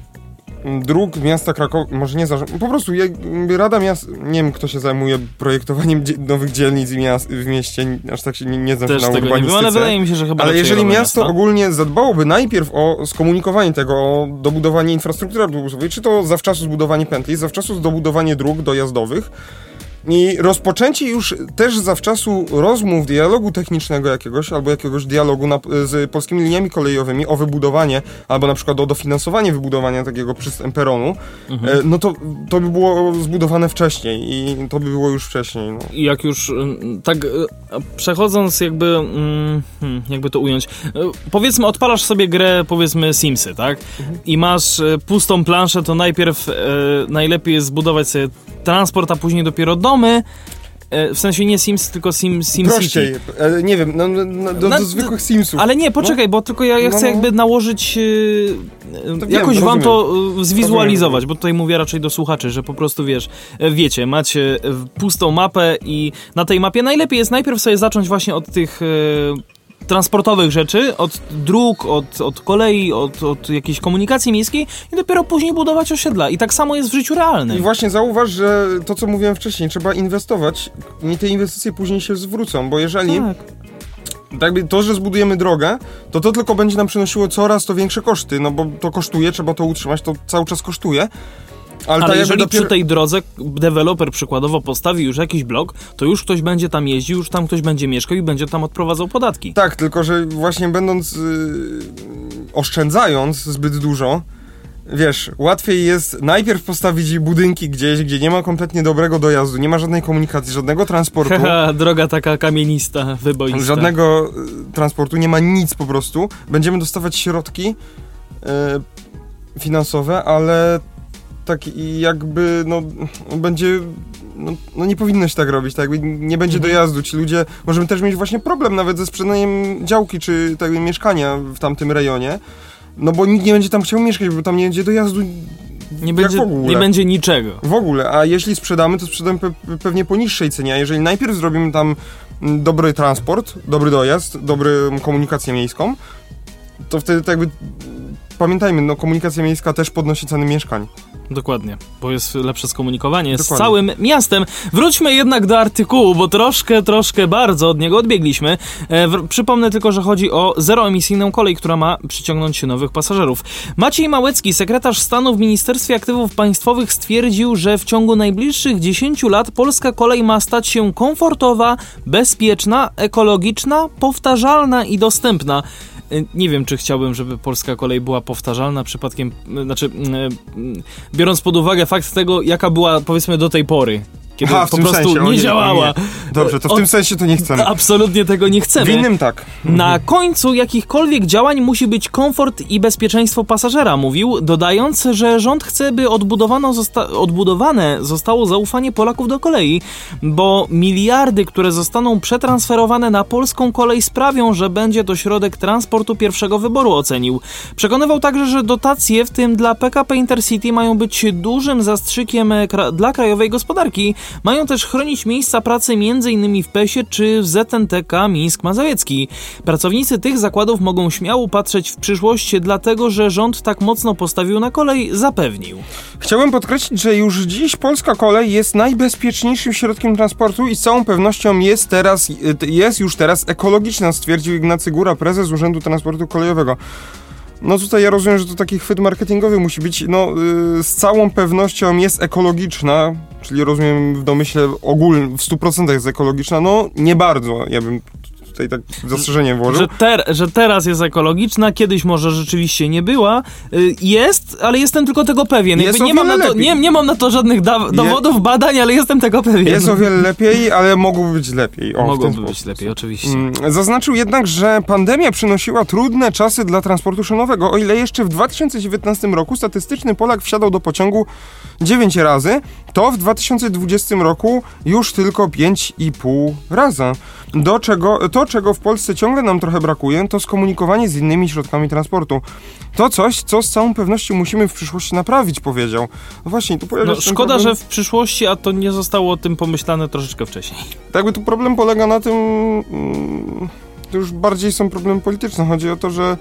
dróg miasta Krakowa, może nie zarząd, po prostu jakby Rada Miast, nie wiem kto się zajmuje projektowaniem dzie- nowych dzielnic i miast, w mieście, aż tak się nie, nie znam Też się na tego urbanistyce. Nie wiem, ale wydaje mi się, że chyba ale jeżeli miasto miasta. ogólnie zadbałoby najpierw o skomunikowanie tego, o dobudowanie infrastruktury autobusowej, czy to zawczasu zbudowanie pętli, zawczasu dobudowanie dróg dojazdowych, i rozpoczęcie już też zawczasu rozmów, dialogu technicznego jakiegoś, albo jakiegoś dialogu na, z polskimi liniami kolejowymi o wybudowanie, albo na przykład o dofinansowanie wybudowania takiego przystęp peronu, mhm. e, no to, to by było zbudowane wcześniej i to by było już wcześniej. No. I jak już tak przechodząc jakby, hmm, jakby to ująć, powiedzmy odpalasz sobie grę, powiedzmy Simsy, tak? Mhm. I masz pustą planszę, to najpierw e, najlepiej jest zbudować sobie transport, a później dopiero domy. W sensie nie Sims, tylko Sim, Sim Prościej, City. nie wiem, no, no, do, no, do zwykłych Simsów. Ale nie, poczekaj, no? bo tylko ja, ja chcę no, no. jakby nałożyć, yy, jakoś wiem, wam to zwizualizować, rozumiem. Bo tutaj mówię raczej do słuchaczy, że po prostu wiesz, wiecie, macie pustą mapę i na tej mapie najlepiej jest najpierw sobie zacząć właśnie od tych... Yy, transportowych rzeczy, od dróg, od, od kolei, od, od jakiejś komunikacji miejskiej i dopiero później budować osiedla. I tak samo jest w życiu realnym. I właśnie zauważ, że to, co mówiłem wcześniej, trzeba inwestować i te inwestycje później się zwrócą, bo jeżeli tak. tak jakby to, że zbudujemy drogę, to to tylko będzie nam przynosiło coraz to większe koszty, no bo to kosztuje, trzeba to utrzymać, to cały czas kosztuje. Ale, Ale jeżeli dopiero... przy tej drodze deweloper przykładowo postawi już jakiś blok, to już ktoś będzie tam jeździł, już tam ktoś będzie mieszkał i będzie tam odprowadzał podatki. Tak, tylko że właśnie będąc, yy, oszczędzając zbyt dużo, wiesz, łatwiej jest najpierw postawić budynki gdzieś, gdzie nie ma kompletnie dobrego dojazdu, nie ma żadnej komunikacji, żadnego transportu. Haha, droga taka kamienista, wyboista. Żadnego y, transportu, nie ma nic po prostu. Będziemy dostawać środki y, finansowe, ale tak jakby, no, będzie... No, no nie powinno się tak robić, tak jakby nie będzie mhm. dojazdu, ci ludzie, możemy też mieć właśnie problem nawet ze sprzedaniem działki, czy tak, mieszkania w tamtym rejonie, no bo nikt nie będzie tam chciał mieszkać, bo tam nie będzie dojazdu nie będzie, w ogóle. Nie będzie niczego. W ogóle, a jeśli sprzedamy, to sprzedamy pe- pewnie po niższej cenie, a jeżeli najpierw zrobimy tam dobry transport, dobry dojazd, dobrą komunikację miejską, to wtedy tak jakby, pamiętajmy, no komunikacja miejska też podnosi ceny mieszkań. Dokładnie, bo jest lepsze skomunikowanie Dokładnie. z całym miastem. Wróćmy jednak do artykułu, bo troszkę, troszkę bardzo od niego odbiegliśmy. E, w, przypomnę tylko, że chodzi o zeroemisyjną kolej, która ma przyciągnąć nowych pasażerów. Maciej Małecki, sekretarz stanu w Ministerstwie Aktywów Państwowych, stwierdził, że w ciągu najbliższych dziesięciu lat polska kolej ma stać się komfortowa, bezpieczna, ekologiczna, powtarzalna i dostępna. Nie wiem, czy chciałbym, żeby polska kolej była powtarzalna przypadkiem, znaczy biorąc pod uwagę fakt tego, jaka była, powiedzmy, do tej pory. Kiedy Aha, po prostu sensie, nie, nie działała. Nie. Dobrze, to w o, tym sensie to nie chcemy. Absolutnie tego nie chcemy. W innym tak. Na końcu jakichkolwiek działań musi być komfort i bezpieczeństwo pasażera, mówił, dodając, że rząd chce, by odbudowano zosta- odbudowane zostało zaufanie Polaków do kolei, bo miliardy, które zostaną przetransferowane na polską kolej, sprawią, że będzie to środek transportu pierwszego wyboru, ocenił. Przekonywał także, że dotacje, w tym dla P K P Intercity, mają być dużym zastrzykiem kra- dla krajowej gospodarki. Mają też chronić miejsca pracy m.in. w Pesie czy w Z N T K Mińsk Mazowiecki. Pracownicy tych zakładów mogą śmiało patrzeć w przyszłość, dlatego że rząd tak mocno postawił na kolej, zapewnił. Chciałem podkreślić, że już dziś polska kolej jest najbezpieczniejszym środkiem transportu i z całą pewnością jest teraz, jest już teraz ekologiczna, stwierdził Ignacy Góra, prezes Urzędu Transportu Kolejowego. No tutaj ja rozumiem, że to taki chwyt marketingowy musi być, no yy, z całą pewnością jest ekologiczna, czyli rozumiem w domyśle ogólnym, w stu procentach jest ekologiczna, no nie bardzo, ja bym tutaj tak zastrzeżenie włożył. Że, ter, że teraz jest ekologiczna, kiedyś może rzeczywiście nie była, yy, jest, ale jestem tylko tego pewien. Jest nie, mam na to, nie, nie mam na to żadnych da- dowodów, Je... badań, ale jestem tego pewien. Jest o wiele lepiej, ale mogłoby być lepiej. O, Mogłoby być lepiej, oczywiście. Zaznaczył jednak, że pandemia przynosiła trudne czasy dla transportu szynowego. O ile jeszcze w dwa tysiące dziewiętnastym roku statystyczny Polak wsiadał do pociągu dziewięć razy, to w dwa tysiące dwudziestym roku już tylko pięć i pół razy. Do czego, to, czego w Polsce ciągle nam trochę brakuje, to skomunikowanie z innymi środkami transportu. To coś, co z całą pewnością musimy w przyszłości naprawić, powiedział. No właśnie, tu pojawia no, się szkoda, problem, że w przyszłości, a to nie zostało o tym pomyślane troszeczkę wcześniej. Tak, by tu problem polega na tym, to już bardziej są problemy polityczne. Chodzi o to, że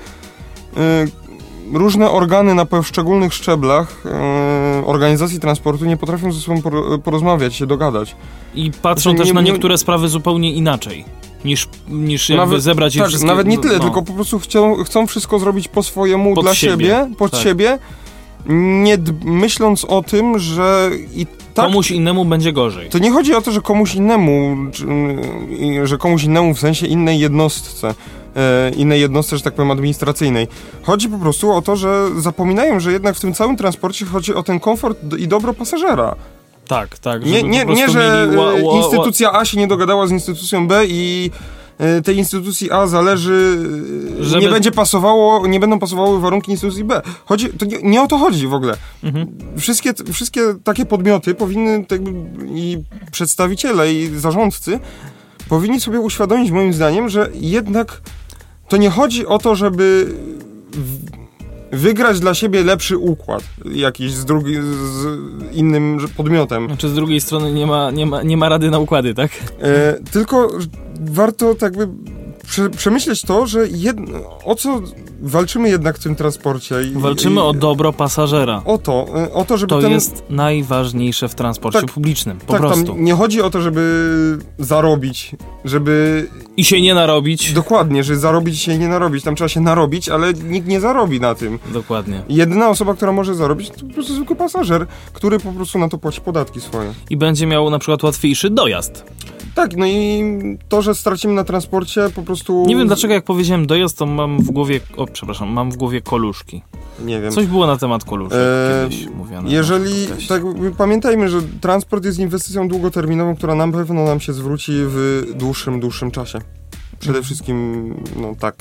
y, różne organy na poszczególnych szczeblach y, organizacji transportu nie potrafią ze sobą por- porozmawiać, się dogadać. I patrzą znaczy, też nie, na niektóre nie, sprawy zupełnie inaczej. Niż, niż jakby nawet, zebrać je tak, wszystkie... Nawet nie tyle, no. tylko po prostu chcą, chcą wszystko zrobić po swojemu, pod dla siebie, siebie, pod tak. siebie, nie d- myśląc o tym, że i tak... Komuś innemu będzie gorzej. To nie chodzi o to, że komuś innemu, czy, że komuś innemu w sensie innej jednostce, e, innej jednostce, że tak powiem, administracyjnej. Chodzi po prostu o to, że zapominają, że jednak w tym całym transporcie chodzi o ten komfort i dobro pasażera. Tak, tak. Nie, nie, nie że ła, ła, instytucja A się nie dogadała z instytucją B i y, tej instytucji A zależy, żeby... nie będzie pasowało, nie będą pasowały warunki instytucji B. Chodzi, to nie, nie o to chodzi w ogóle. Mhm. Wszystkie, wszystkie takie podmioty powinny, tak, i przedstawiciele, i zarządcy powinni sobie uświadomić, moim zdaniem, że jednak to nie chodzi o to, żeby w, wygrać dla siebie lepszy układ jakiś z, drugi, z innym podmiotem. Znaczy z drugiej strony nie ma, nie ma, nie ma rady na układy, tak? E, tylko warto tak by prze, przemyśleć to, że jedno, o co walczymy jednak w tym transporcie. I, walczymy i, o dobro pasażera. O to, o to, żeby to ten... jest najważniejsze w transporcie tak, publicznym, po tak, prostu. Tam nie chodzi o to, żeby zarobić, żeby... I się nie narobić. Dokładnie, że zarobić się nie narobić. Tam trzeba się narobić, ale nikt nie zarobi na tym. Dokładnie. Jedyna osoba, która może zarobić, to po prostu zwykły pasażer, który po prostu na to płaci podatki swoje. I będzie miał na przykład łatwiejszy dojazd. Tak, no i to, że stracimy na transporcie, po prostu... Nie wiem dlaczego, jak powiedziałem dojazd, to mam w głowie... O, przepraszam, mam w głowie koluszki. nie wiem. Coś było na temat koluszek e, kiedyś mówione. Jeżeli, tak, pamiętajmy, że transport jest inwestycją długoterminową, która na pewno nam się zwróci w dłuższym, dłuższym czasie. Przede wszystkim, no tak.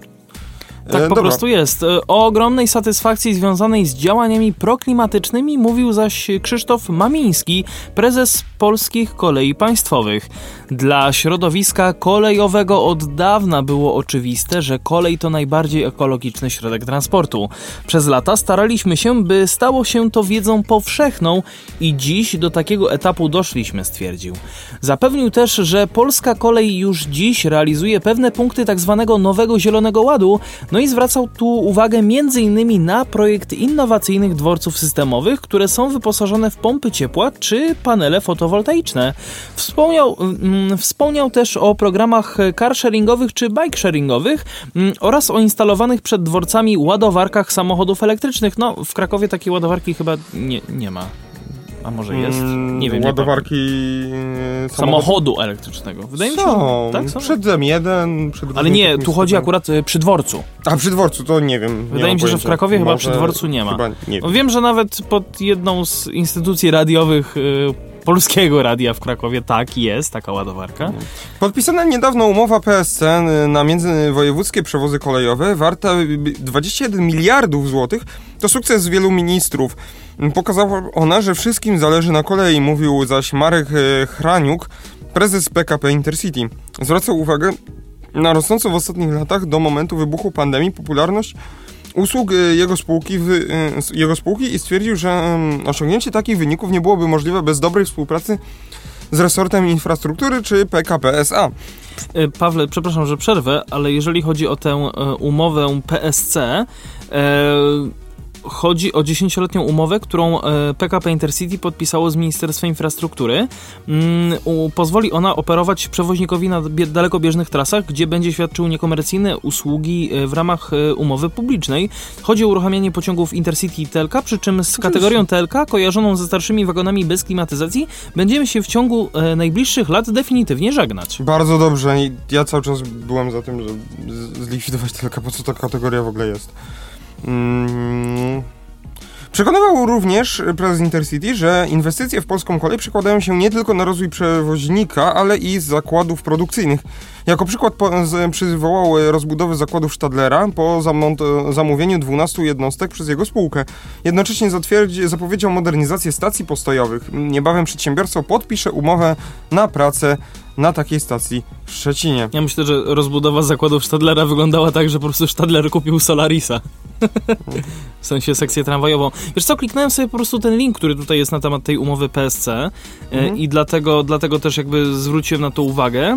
Tak e, po dobra. prostu jest. O ogromnej satysfakcji związanej z działaniami proklimatycznymi mówił zaś Krzysztof Mamiński, prezes Polskich Kolei Państwowych. Dla środowiska kolejowego od dawna było oczywiste, że kolej to najbardziej ekologiczny środek transportu. Przez lata staraliśmy się, by stało się to wiedzą powszechną i dziś do takiego etapu doszliśmy, stwierdził. Zapewnił też, że polska kolej już dziś realizuje pewne punkty tzw. nowego Zielonego Ładu, no i zwracał tu uwagę m.in. na projekt innowacyjnych dworców systemowych, które są wyposażone w pompy ciepła czy panele fotowoltaiczne. Wspomniał, mm, wspomniał też o programach carsharingowych czy bike-sharingowych mm, oraz o instalowanych przed dworcami ładowarkach samochodów elektrycznych. No, w Krakowie takiej ładowarki chyba nie, nie ma. A może jest? Nie wiem. Ładowarki nie samochodu elektrycznego. Wydaje mi się, są. że tak, są. Przed M jeden, przed Ale nie, tu chodzi akurat y, przy dworcu. A przy dworcu to nie wiem. Wydaje nie mi się, że w Krakowie może, chyba przy dworcu nie ma. Chyba nie wiem. No, wiem, że nawet pod jedną z instytucji radiowych y, Polskiego Radia w Krakowie tak jest, taka ładowarka. Podpisana niedawno umowa P S C na międzywojewódzkie przewozy kolejowe warta dwadzieścia jeden miliardów złotych to sukces wielu ministrów. Pokazała ona, że wszystkim zależy na kolei, mówił zaś Marek Hraniuk, prezes P K P Intercity. Zwracał uwagę na rosnącą w ostatnich latach do momentu wybuchu pandemii popularność usług jego spółki, w, jego spółki i stwierdził, że osiągnięcie takich wyników nie byłoby możliwe bez dobrej współpracy z resortem infrastruktury czy P K P S A. Pawle, przepraszam, że przerwę, ale jeżeli chodzi o tę umowę P S C, e, chodzi o dziesięcioletnią umowę, którą P K P Intercity podpisało z Ministerstwem Infrastruktury. Mm, u, pozwoli ona operować przewoźnikowi na bie- dalekobieżnych trasach, gdzie będzie świadczył niekomercyjne usługi w ramach umowy publicznej. Chodzi o uruchamianie pociągów Intercity i T L K, przy czym z kategorią T L K, kojarzoną ze starszymi wagonami bez klimatyzacji, będziemy się w ciągu e, najbliższych lat definitywnie żegnać. Bardzo dobrze i ja cały czas byłem za tym, żeby z- zlikwidować T L K, po co ta kategoria w ogóle jest. Hmm. Przekonywał również prezes Intercity, że inwestycje w polską kolej przekładają się nie tylko na rozwój przewoźnika, ale i zakładów produkcyjnych. Jako przykład po, z, przywołał rozbudowę zakładów Stadlera po zamont, zamówieniu dwunastu jednostek przez jego spółkę. Jednocześnie zatwierdzi, zapowiedział modernizację stacji postojowych. Niebawem przedsiębiorca podpisze umowę na pracę na takiej stacji w Szczecinie. Ja myślę, że rozbudowa zakładów Stadlera wyglądała tak, że po prostu Stadler kupił Solarisa. W sensie sekcję tramwajową. Wiesz co, kliknąłem sobie po prostu ten link, który tutaj jest na temat tej umowy P S C mhm. i dlatego, dlatego też jakby zwróciłem na to uwagę.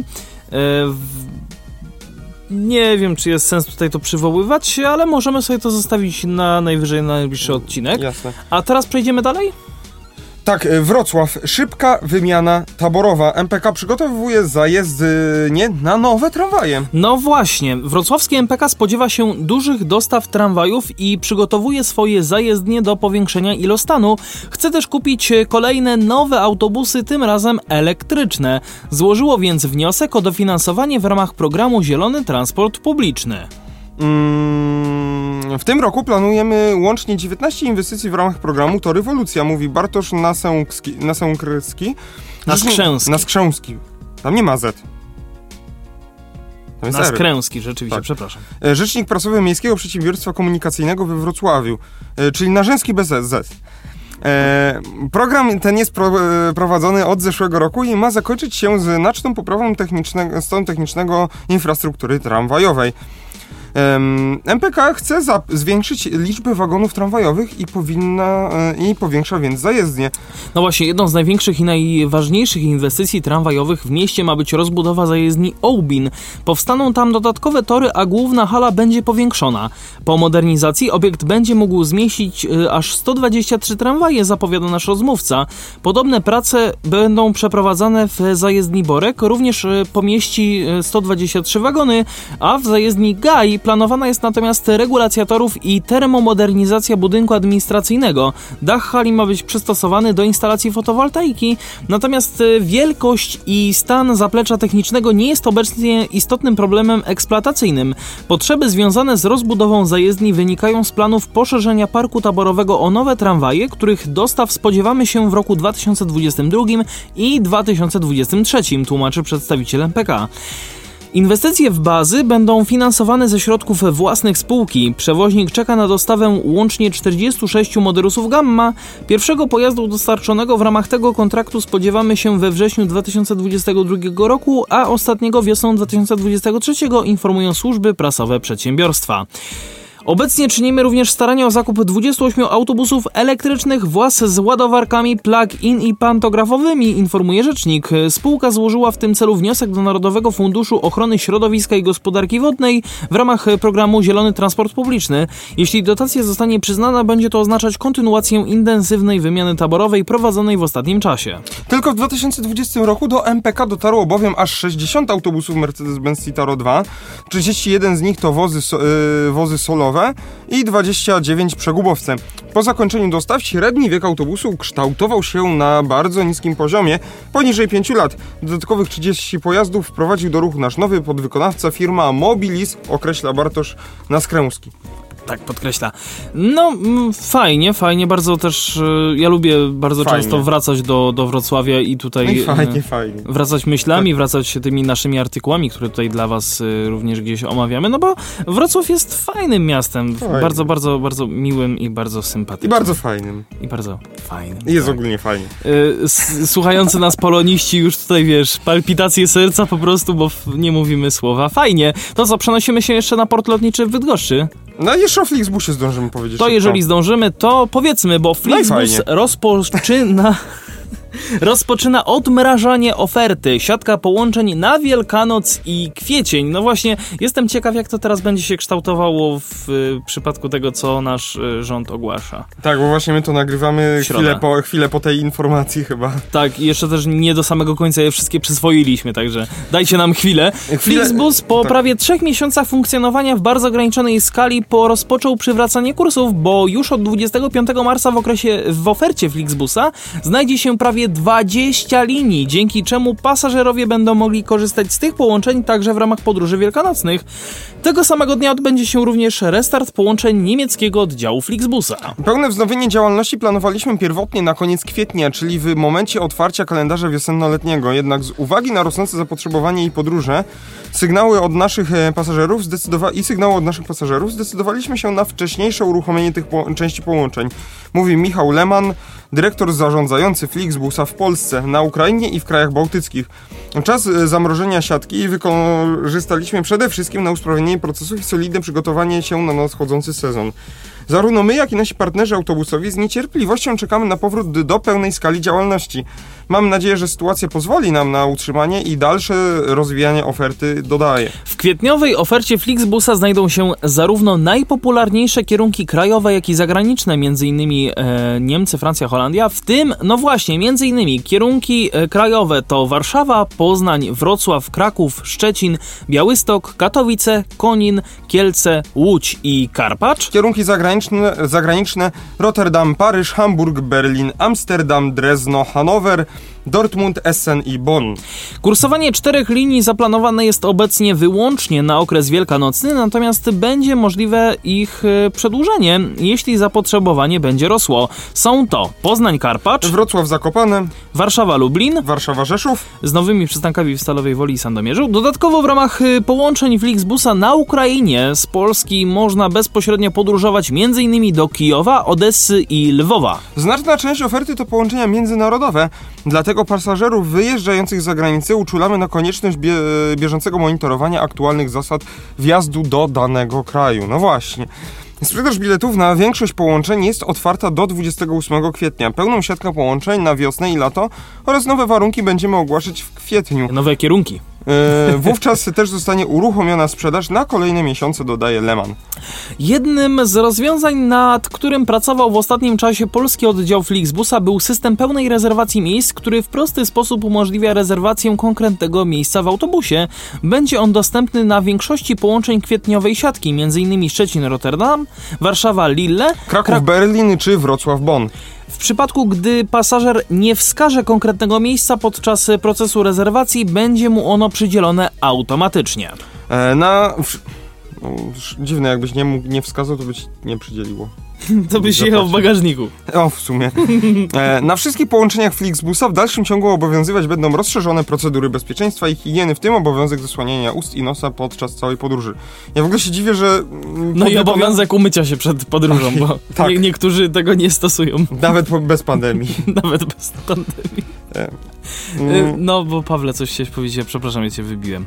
Nie wiem, czy jest sens tutaj to przywoływać, ale możemy sobie to zostawić na najwyżej na najbliższy odcinek. Jasne. A teraz przejdziemy dalej? Tak, Wrocław. Szybka wymiana taborowa. M P K przygotowuje zajezdnie na nowe tramwaje. No właśnie. Wrocławskie M P K spodziewa się dużych dostaw tramwajów i przygotowuje swoje zajezdnie do powiększenia ilostanu. Chce też kupić kolejne nowe autobusy, tym razem elektryczne. Złożyło więc wniosek o dofinansowanie w ramach programu Zielony Transport Publiczny. W tym roku planujemy łącznie dziewiętnaście inwestycji w ramach programu To Rewolucja, mówi Bartosz Nasękski. Nasękryski. Naskrzęski. Naskrzęski. Tam nie ma Z. Naskręski, rzeczywiście, tak. Przepraszam. Rzecznik prasowy Miejskiego Przedsiębiorstwa Komunikacyjnego we Wrocławiu, czyli Narzęski bez Z. E, program ten jest pro, e, prowadzony od zeszłego roku i ma zakończyć się znaczną poprawą technicznego, stanu technicznego infrastruktury tramwajowej. M P K chce za- zwiększyć liczbę wagonów tramwajowych i powinna e, i powiększa więc zajezdnie. No właśnie, jedną z największych i najważniejszych inwestycji tramwajowych w mieście ma być rozbudowa zajezdni Ołbin. Powstaną tam dodatkowe tory, a główna hala będzie powiększona. Po modernizacji obiekt będzie mógł zmieścić y, aż sto dwadzieścia trzy tramwaje, zapowiada nasz rozmówca. Podobne prace będą przeprowadzane w zajezdni Borek, również y, pomieści y, sto dwadzieścia trzy wagony, a w zajezdni Gaj planowana jest natomiast regulacja torów i termomodernizacja budynku administracyjnego. Dach hali ma być przystosowany do instalacji fotowoltaiki, natomiast wielkość i stan zaplecza technicznego nie jest obecnie istotnym problemem eksploatacyjnym. Potrzeby związane z rozbudową zajezdni wynikają z planów poszerzenia parku taborowego o nowe tramwaje, których dostaw spodziewamy się w roku dwa tysiące dwudziestym drugim i dwa tysiące dwudziestym trzecim, tłumaczy przedstawiciel M P K. Inwestycje w bazy będą finansowane ze środków własnych spółki. Przewoźnik czeka na dostawę łącznie czterdziestu sześciu Moderusów Gamma. Pierwszego pojazdu dostarczonego w ramach tego kontraktu spodziewamy się we wrześniu dwa tysiące dwudziestego drugiego roku, a ostatniego wiosną dwa tysiące dwudziestego trzeciego, informują służby prasowe przedsiębiorstwa. Obecnie czynimy również starania o zakup dwudziestu ośmiu autobusów elektrycznych wraz z ładowarkami plug-in i pantografowymi, informuje rzecznik. Spółka złożyła w tym celu wniosek do Narodowego Funduszu Ochrony Środowiska i Gospodarki Wodnej w ramach programu Zielony Transport Publiczny. Jeśli dotacja zostanie przyznana, będzie to oznaczać kontynuację intensywnej wymiany taborowej prowadzonej w ostatnim czasie. Tylko w dwa tysiące dwudziestym roku do M P K dotarło bowiem aż sześćdziesiąt autobusów Mercedes-Benz Citaro dwa, trzydzieści jeden z nich to wozy, so, yy, wozy solowe i dwadzieścia dziewięć przegubowce. Po zakończeniu dostaw średni wiek autobusu kształtował się na bardzo niskim poziomie, poniżej pięciu lat. Dodatkowych trzydzieści pojazdów wprowadził do ruchu nasz nowy podwykonawca, firma Mobilis, określa Bartosz Naskręski. Tak, podkreśla. No, fajnie, fajnie, bardzo też, ja lubię bardzo fajnie. często wracać do, do Wrocławia i tutaj... No i fajnie, fajnie. Wracać myślami, tak. wracać się tymi naszymi artykułami, które tutaj dla was również gdzieś omawiamy, no bo Wrocław jest fajnym miastem, fajnie. bardzo, bardzo, bardzo miłym i bardzo sympatycznym. I bardzo fajnym. I bardzo fajnym. I jest tak. ogólnie fajnie. Y, słuchający nas poloniści już tutaj, wiesz, palpitacje serca po prostu, bo nie mówimy słowa fajnie. To co, przenosimy się jeszcze na port lotniczy w Bydgoszczy? No jeszcze o Flixbusie zdążymy powiedzieć. To szybko. Jeżeli zdążymy, to powiedzmy, bo Flixbus no rozpoczyna... Rozpoczyna odmrażanie oferty. Siatka połączeń na Wielkanoc i kwiecień. No właśnie, jestem ciekaw, jak to teraz będzie się kształtowało w y, przypadku tego, co nasz y, rząd ogłasza. Tak, bo właśnie my to nagrywamy chwilę po, chwilę po tej informacji chyba. Tak, i jeszcze też nie do samego końca je wszystkie przyswoiliśmy, także dajcie nam chwilę. chwilę Flixbus po tak. prawie trzech miesiącach funkcjonowania w bardzo ograniczonej skali po rozpoczął przywracanie kursów, bo już od dwudziestego piątego marca w okresie w ofercie Flixbusa znajdzie się prawie dwadzieścia linii, dzięki czemu pasażerowie będą mogli korzystać z tych połączeń także w ramach podróży wielkanocnych. Tego samego dnia odbędzie się również restart połączeń niemieckiego oddziału Flixbusa. Pełne wznowienie działalności planowaliśmy pierwotnie na koniec kwietnia, czyli w momencie otwarcia kalendarza wiosenno-letniego. Jednak z uwagi na rosnące zapotrzebowanie i podróże, sygnały od naszych pasażerów zdecydowa- i sygnały od naszych pasażerów zdecydowaliśmy się na wcześniejsze uruchomienie tych po- części połączeń. Mówi Michał Leman, dyrektor zarządzający Flixbusa w Polsce, na Ukrainie i w krajach bałtyckich. Czas zamrożenia siatki wykorzystaliśmy przede wszystkim na usprawnienie procesów i solidne przygotowanie się na nadchodzący sezon. Zarówno my, jak i nasi partnerzy autobusowi z niecierpliwością czekamy na powrót do pełnej skali działalności. Mam nadzieję, że sytuacja pozwoli nam na utrzymanie i dalsze rozwijanie oferty, dodaje. W kwietniowej ofercie Flixbusa znajdą się zarówno najpopularniejsze kierunki krajowe, jak i zagraniczne, m.in. E, Niemcy, Francja, Holandia, w tym, no właśnie, m.in. kierunki e, krajowe to Warszawa, Poznań, Wrocław, Kraków, Szczecin, Białystok, Katowice, Konin, Kielce, Łódź i Karpacz. Kierunki zagraniczne, zagraniczne Rotterdam, Paryż, Hamburg, Berlin, Amsterdam, Drezno, Hanower, Dortmund, Essen i Bonn. Kursowanie czterech linii zaplanowane jest obecnie wyłącznie na okres wielkanocny, natomiast będzie możliwe ich przedłużenie, jeśli zapotrzebowanie będzie rosło. Są to Poznań-Karpacz, Wrocław-Zakopane, Warszawa-Lublin, Warszawa-Rzeszów z nowymi przystankami w Stalowej Woli i Sandomierzu. Dodatkowo w ramach połączeń Flixbusa na Ukrainie z Polski można bezpośrednio podróżować m.in. do Kijowa, Odessy i Lwowa. Znaczna część oferty to połączenia międzynarodowe, dlatego pasażerów wyjeżdżających z zagranicy uczulamy na konieczność bie- bieżącego monitorowania aktualnych zasad wjazdu do danego kraju. No właśnie. Sprzedaż biletów na większość połączeń jest otwarta do dwudziestego ósmego kwietnia. Pełną siatkę połączeń na wiosnę i lato oraz nowe warunki będziemy ogłaszać w kwietniu. Nowe kierunki. Yy, wówczas też zostanie uruchomiona sprzedaż na kolejne miesiące, dodaje Lehman. Jednym z rozwiązań, nad którym pracował w ostatnim czasie polski oddział Flixbusa, był system pełnej rezerwacji miejsc, który w prosty sposób umożliwia rezerwację konkretnego miejsca w autobusie. Będzie on dostępny na większości połączeń kwietniowej siatki, m.in. Szczecin-Rotterdam, Warszawa-Lille, Kraków-Berlin czy Wrocław-Bonn. W przypadku, gdy pasażer nie wskaże konkretnego miejsca podczas procesu rezerwacji, będzie mu ono przydzielone automatycznie. E, na... No, dziwne, jakbyś nie, mógł, nie wskazał, to by ci nie przydzieliło. To byś jechał w bagażniku. O, w sumie. E, na wszystkich połączeniach Flixbusa w dalszym ciągu obowiązywać będą rozszerzone procedury bezpieczeństwa i higieny, w tym obowiązek zasłaniania ust i nosa podczas całej podróży. Ja w ogóle się dziwię, że... No i obowiązek umycia się przed podróżą, bo tak. nie, niektórzy tego nie stosują. Nawet po, bez pandemii. Nawet bez pandemii. E, mm. No, bo Pawle, coś chciałeś powiedzieć, przepraszam, ja cię wybiłem.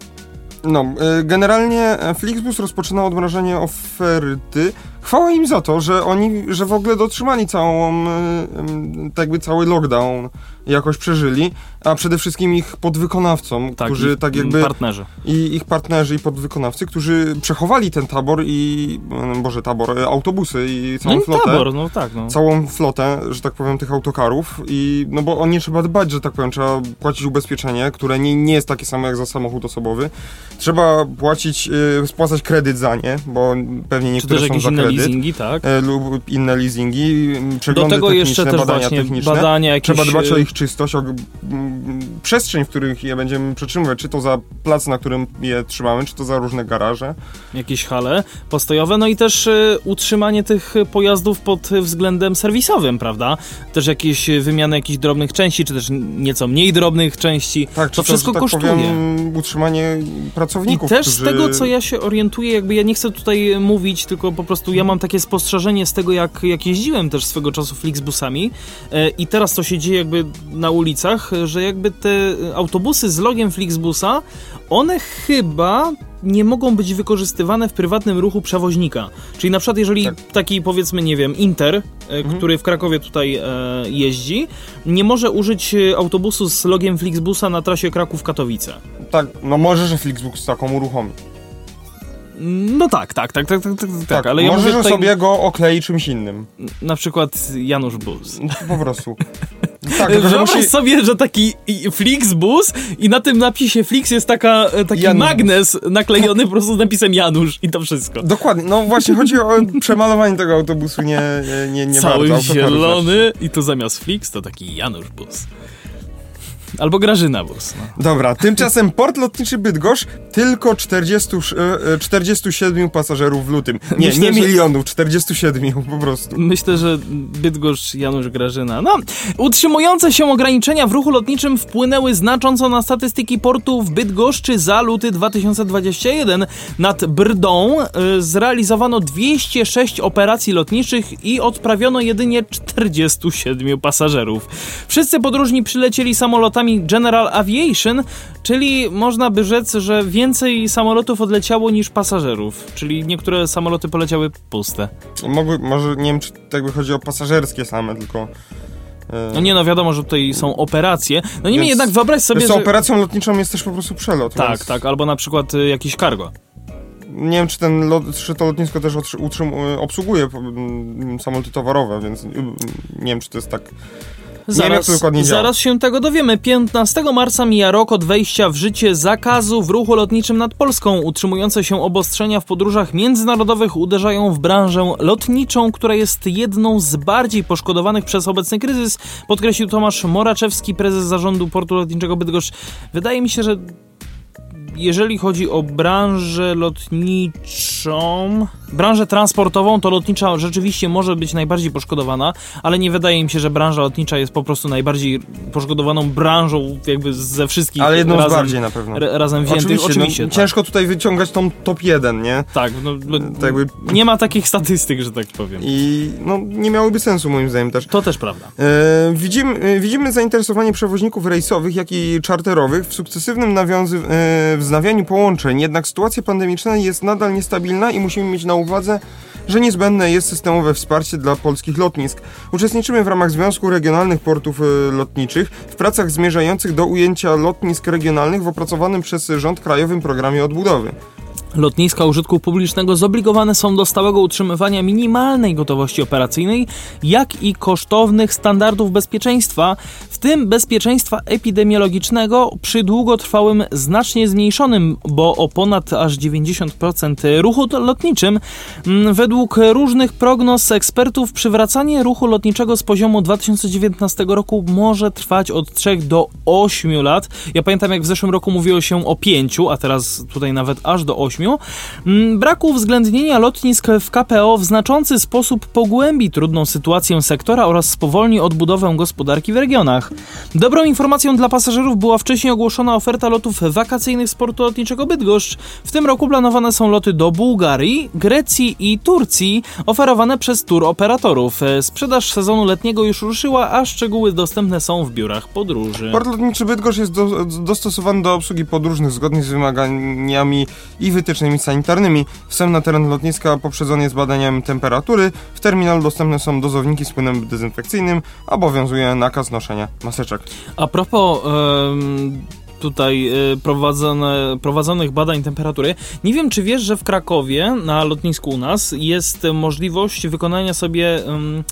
No, generalnie Flixbus rozpoczyna odmrażanie oferty. Chwała im za to, że oni, że w ogóle dotrzymali całą, tak jakby cały lockdown, jakoś przeżyli, a przede wszystkim ich podwykonawcom, tak, którzy ich tak jakby... partnerzy. I ich partnerzy i podwykonawcy, którzy przechowali ten tabor i... Boże, tabor, autobusy i całą no i flotę. tabor, no tak, no. Całą flotę, że tak powiem, tych autokarów i... No bo o nie trzeba dbać, że tak powiem, trzeba płacić ubezpieczenie, które nie, nie jest takie samo jak za samochód osobowy. Trzeba płacić, yy, spłacać kredyt za nie, bo pewnie niektóre są za kredyt. leasingi, tak? E, lub inne leasingi, przeglądy Do tego techniczne, jeszcze badania też techniczne. Badania jakieś... Trzeba dbać o ich czystość, o m, przestrzeń, w których je będziemy przetrzymywać, czy to za plac, na którym je trzymamy, czy to za różne garaże. Jakieś hale postojowe, no i też y, utrzymanie tych pojazdów pod względem serwisowym, prawda? Też jakieś wymiany jakichś drobnych części, czy też nieco mniej drobnych części. Tak, to to wszystko tak kosztuje. Powiem, utrzymanie pracowników, I też którzy... z tego, co ja się orientuję, jakby ja nie chcę tutaj mówić, tylko po prostu ja mam takie spostrzeżenie z tego, jak, jak jeździłem też swego czasu Flixbusami e, i teraz to się dzieje jakby na ulicach, że jakby te autobusy z logiem Flixbusa, one chyba nie mogą być wykorzystywane w prywatnym ruchu przewoźnika. Czyli na przykład jeżeli tak. taki, powiedzmy, nie wiem, Inter, e, mhm. który w Krakowie tutaj e, jeździ, nie może użyć autobusu z logiem Flixbusa na trasie Kraków-Katowice. Tak, no może, że Flixbus taką uruchomi. No tak, tak, tak, tak, tak, tak, tak, ale ja możesz tutaj... sobie go oklei czymś innym. Na przykład Janusz Bus. Po prostu. Tak, Wyobraź musi... sobie, że taki Flixbus i na tym napisie Flix jest taka, taki Janusz. magnes naklejony po prostu z napisem Janusz i to wszystko. Dokładnie, no właśnie chodzi o przemalowanie tego autobusu, nie, nie, nie Cały bardzo. zielony i tu zamiast Flix to taki Janusz Bus. Albo Grażyna Bus. No. Dobra, tymczasem port lotniczy Bydgoszcz tylko czterdziestu, czterdziestu siedmiu pasażerów w lutym. Nie, Myślę, nie milionów, czterdziestu siedmiu po prostu. Myślę, że Bydgoszcz, Janusz, Grażyna. No, utrzymujące się ograniczenia w ruchu lotniczym wpłynęły znacząco na statystyki portu w Bydgoszczy za luty dwa tysiące dwudziesty pierwszy. Nad Brdą y, zrealizowano dwieście sześć operacji lotniczych i odprawiono jedynie czterdziestu siedmiu pasażerów. Wszyscy podróżni przylecieli samolotami General Aviation, czyli można by rzec, że więcej samolotów odleciało niż pasażerów, czyli niektóre samoloty poleciały puste. Mogły, może nie wiem, czy jakby chodzi o pasażerskie same, tylko... No nie, no wiadomo, że tutaj są operacje. No niemniej jednak wyobraź sobie, że... że... operacją lotniczą jest też po prostu przelot. Tak, więc... tak, albo na przykład y, jakiś cargo. Nie wiem, czy, ten lot, czy to lotnisko też utrzym, obsługuje samoloty towarowe, więc nie wiem, czy to jest tak... Zaraz, nie wiem, jak to zaraz się tego dowiemy. piętnastego marca mija rok od wejścia w życie zakazu w ruchu lotniczym nad Polską. Utrzymujące się obostrzenia w podróżach międzynarodowych uderzają w branżę lotniczą, która jest jedną z bardziej poszkodowanych przez obecny kryzys, podkreślił Tomasz Moraczewski, prezes zarządu portu lotniczego Bydgoszcz. Wydaje mi się, że jeżeli chodzi o branżę lotniczą, branżę transportową, to lotnicza rzeczywiście może być najbardziej poszkodowana, ale nie wydaje mi się, że branża lotnicza jest po prostu najbardziej poszkodowaną branżą jakby ze wszystkich. Ale jedną razem, z bardziej na pewno. R- razem wziętych. Oczywiście, Oczywiście no, tak. Ciężko tutaj wyciągać tą top jeden, nie? Tak, no, tak jakby... nie ma takich statystyk, że tak powiem. I no, nie miałyby sensu moim zdaniem też. To też prawda. E, widzimy, e, widzimy zainteresowanie przewoźników rejsowych, jak i czarterowych w sukcesywnym nawiązy, e, wznawianiu połączeń, jednak sytuacja pandemiczna jest nadal niestabilna i musimy mieć na uwadze że niezbędne jest systemowe wsparcie dla polskich lotnisk. Uczestniczymy w ramach Związku Regionalnych Portów Lotniczych w pracach zmierzających do ujęcia lotnisk regionalnych w opracowanym przez rząd Krajowym Programie Odbudowy. Lotniska użytku publicznego zobligowane są do stałego utrzymywania minimalnej gotowości operacyjnej, jak i kosztownych standardów bezpieczeństwa, w tym bezpieczeństwa epidemiologicznego przy długotrwałym znacznie zmniejszonym, bo o ponad aż dziewięćdziesiąt procent ruchu lotniczym. Według różnych prognoz ekspertów przywracanie ruchu lotniczego z poziomu dwa tysiące dziewiętnastego roku może trwać od trzech do ośmiu lat. Ja pamiętam, jak w zeszłym roku mówiło się o pięciu, a teraz tutaj nawet aż do ośmiu. Braku uwzględnienia lotnisk w K P O w znaczący sposób pogłębi trudną sytuację sektora oraz spowolni odbudowę gospodarki w regionach. Dobrą informacją dla pasażerów była wcześniej ogłoszona oferta lotów wakacyjnych z portu lotniczego Bydgoszcz. W tym roku planowane są loty do Bułgarii, Grecji i Turcji, oferowane przez tur operatorów. Sprzedaż sezonu letniego już ruszyła, a szczegóły dostępne są w biurach podróży. Port lotniczy Bydgoszcz jest do, dostosowany do obsługi podróżnych zgodnie z wymaganiami i wytycznymi sanitarnymi. Wstęp na teren lotniska poprzedzony jest badaniem temperatury. W terminalu dostępne są dozowniki z płynem dezynfekcyjnym. Obowiązuje nakaz noszenia maseczek. A propos ym, tutaj y, prowadzone, prowadzonych badań temperatury, nie wiem, czy wiesz, że w Krakowie, na lotnisku u nas, jest możliwość wykonania sobie ym,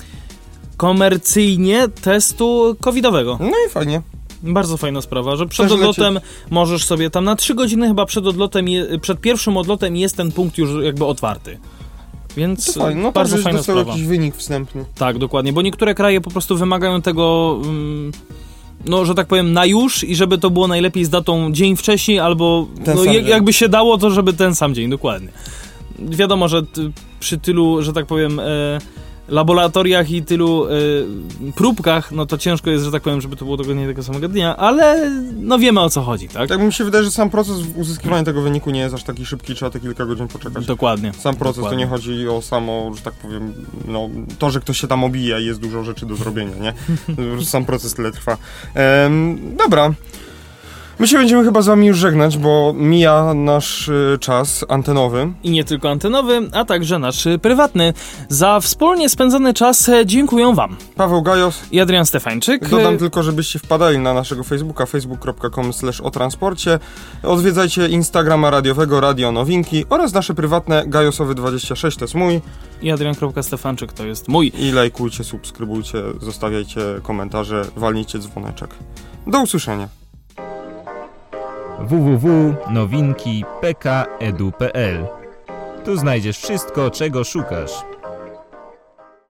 komercyjnie testu covidowego. No i fajnie. Bardzo fajna sprawa, że przed Też odlotem leci. możesz sobie tam na trzy godziny chyba przed odlotem, je, przed pierwszym odlotem jest ten punkt już jakby otwarty. Więc To fajnie. No bardzo tak, fajna dostał sprawa. jakiś wynik wstępny. Tak, dokładnie, bo niektóre kraje po prostu wymagają tego, um, no, że tak powiem, na już i żeby to było najlepiej z datą dzień wcześniej, albo Ten no, sam jak, dzień. jakby się dało, to żeby ten sam dzień, dokładnie. Wiadomo, że t- przy tylu, że tak powiem, e, laboratoriach i tylu y, próbkach, no to ciężko jest, że tak powiem, żeby to było dokładnie tego samego dnia, ale no wiemy, o co chodzi, tak? Tak mi się wydaje, że sam proces uzyskiwania tego wyniku nie jest aż taki szybki, trzeba te kilka godzin poczekać. Dokładnie. Sam proces, dokładnie. to nie chodzi o samo, że tak powiem, no to, że ktoś się tam obija i jest dużo rzeczy do zrobienia, nie? Sam proces tyle trwa. Ehm, dobra. My się będziemy chyba z wami już żegnać, bo mija nasz y, czas antenowy. I nie tylko antenowy, a także nasz y, prywatny. Za wspólnie spędzony czas y, dziękuję wam. Paweł Gajos. I Adrian Stefańczyk. Dodam tylko, żebyście wpadali na naszego Facebooka, facebook kropka com slash o transporcie. Odwiedzajcie Instagrama radiowego Radio Nowinki oraz nasze prywatne Gajosowy dwadzieścia sześć, to jest mój. I Adrian.Stefańczyk to jest mój. I lajkujcie, subskrybujcie, zostawiajcie komentarze, walnijcie dzwoneczek. Do usłyszenia. w w w kropka nowinki kropka p k kropka e d u kropka p l. Tu znajdziesz wszystko, czego szukasz.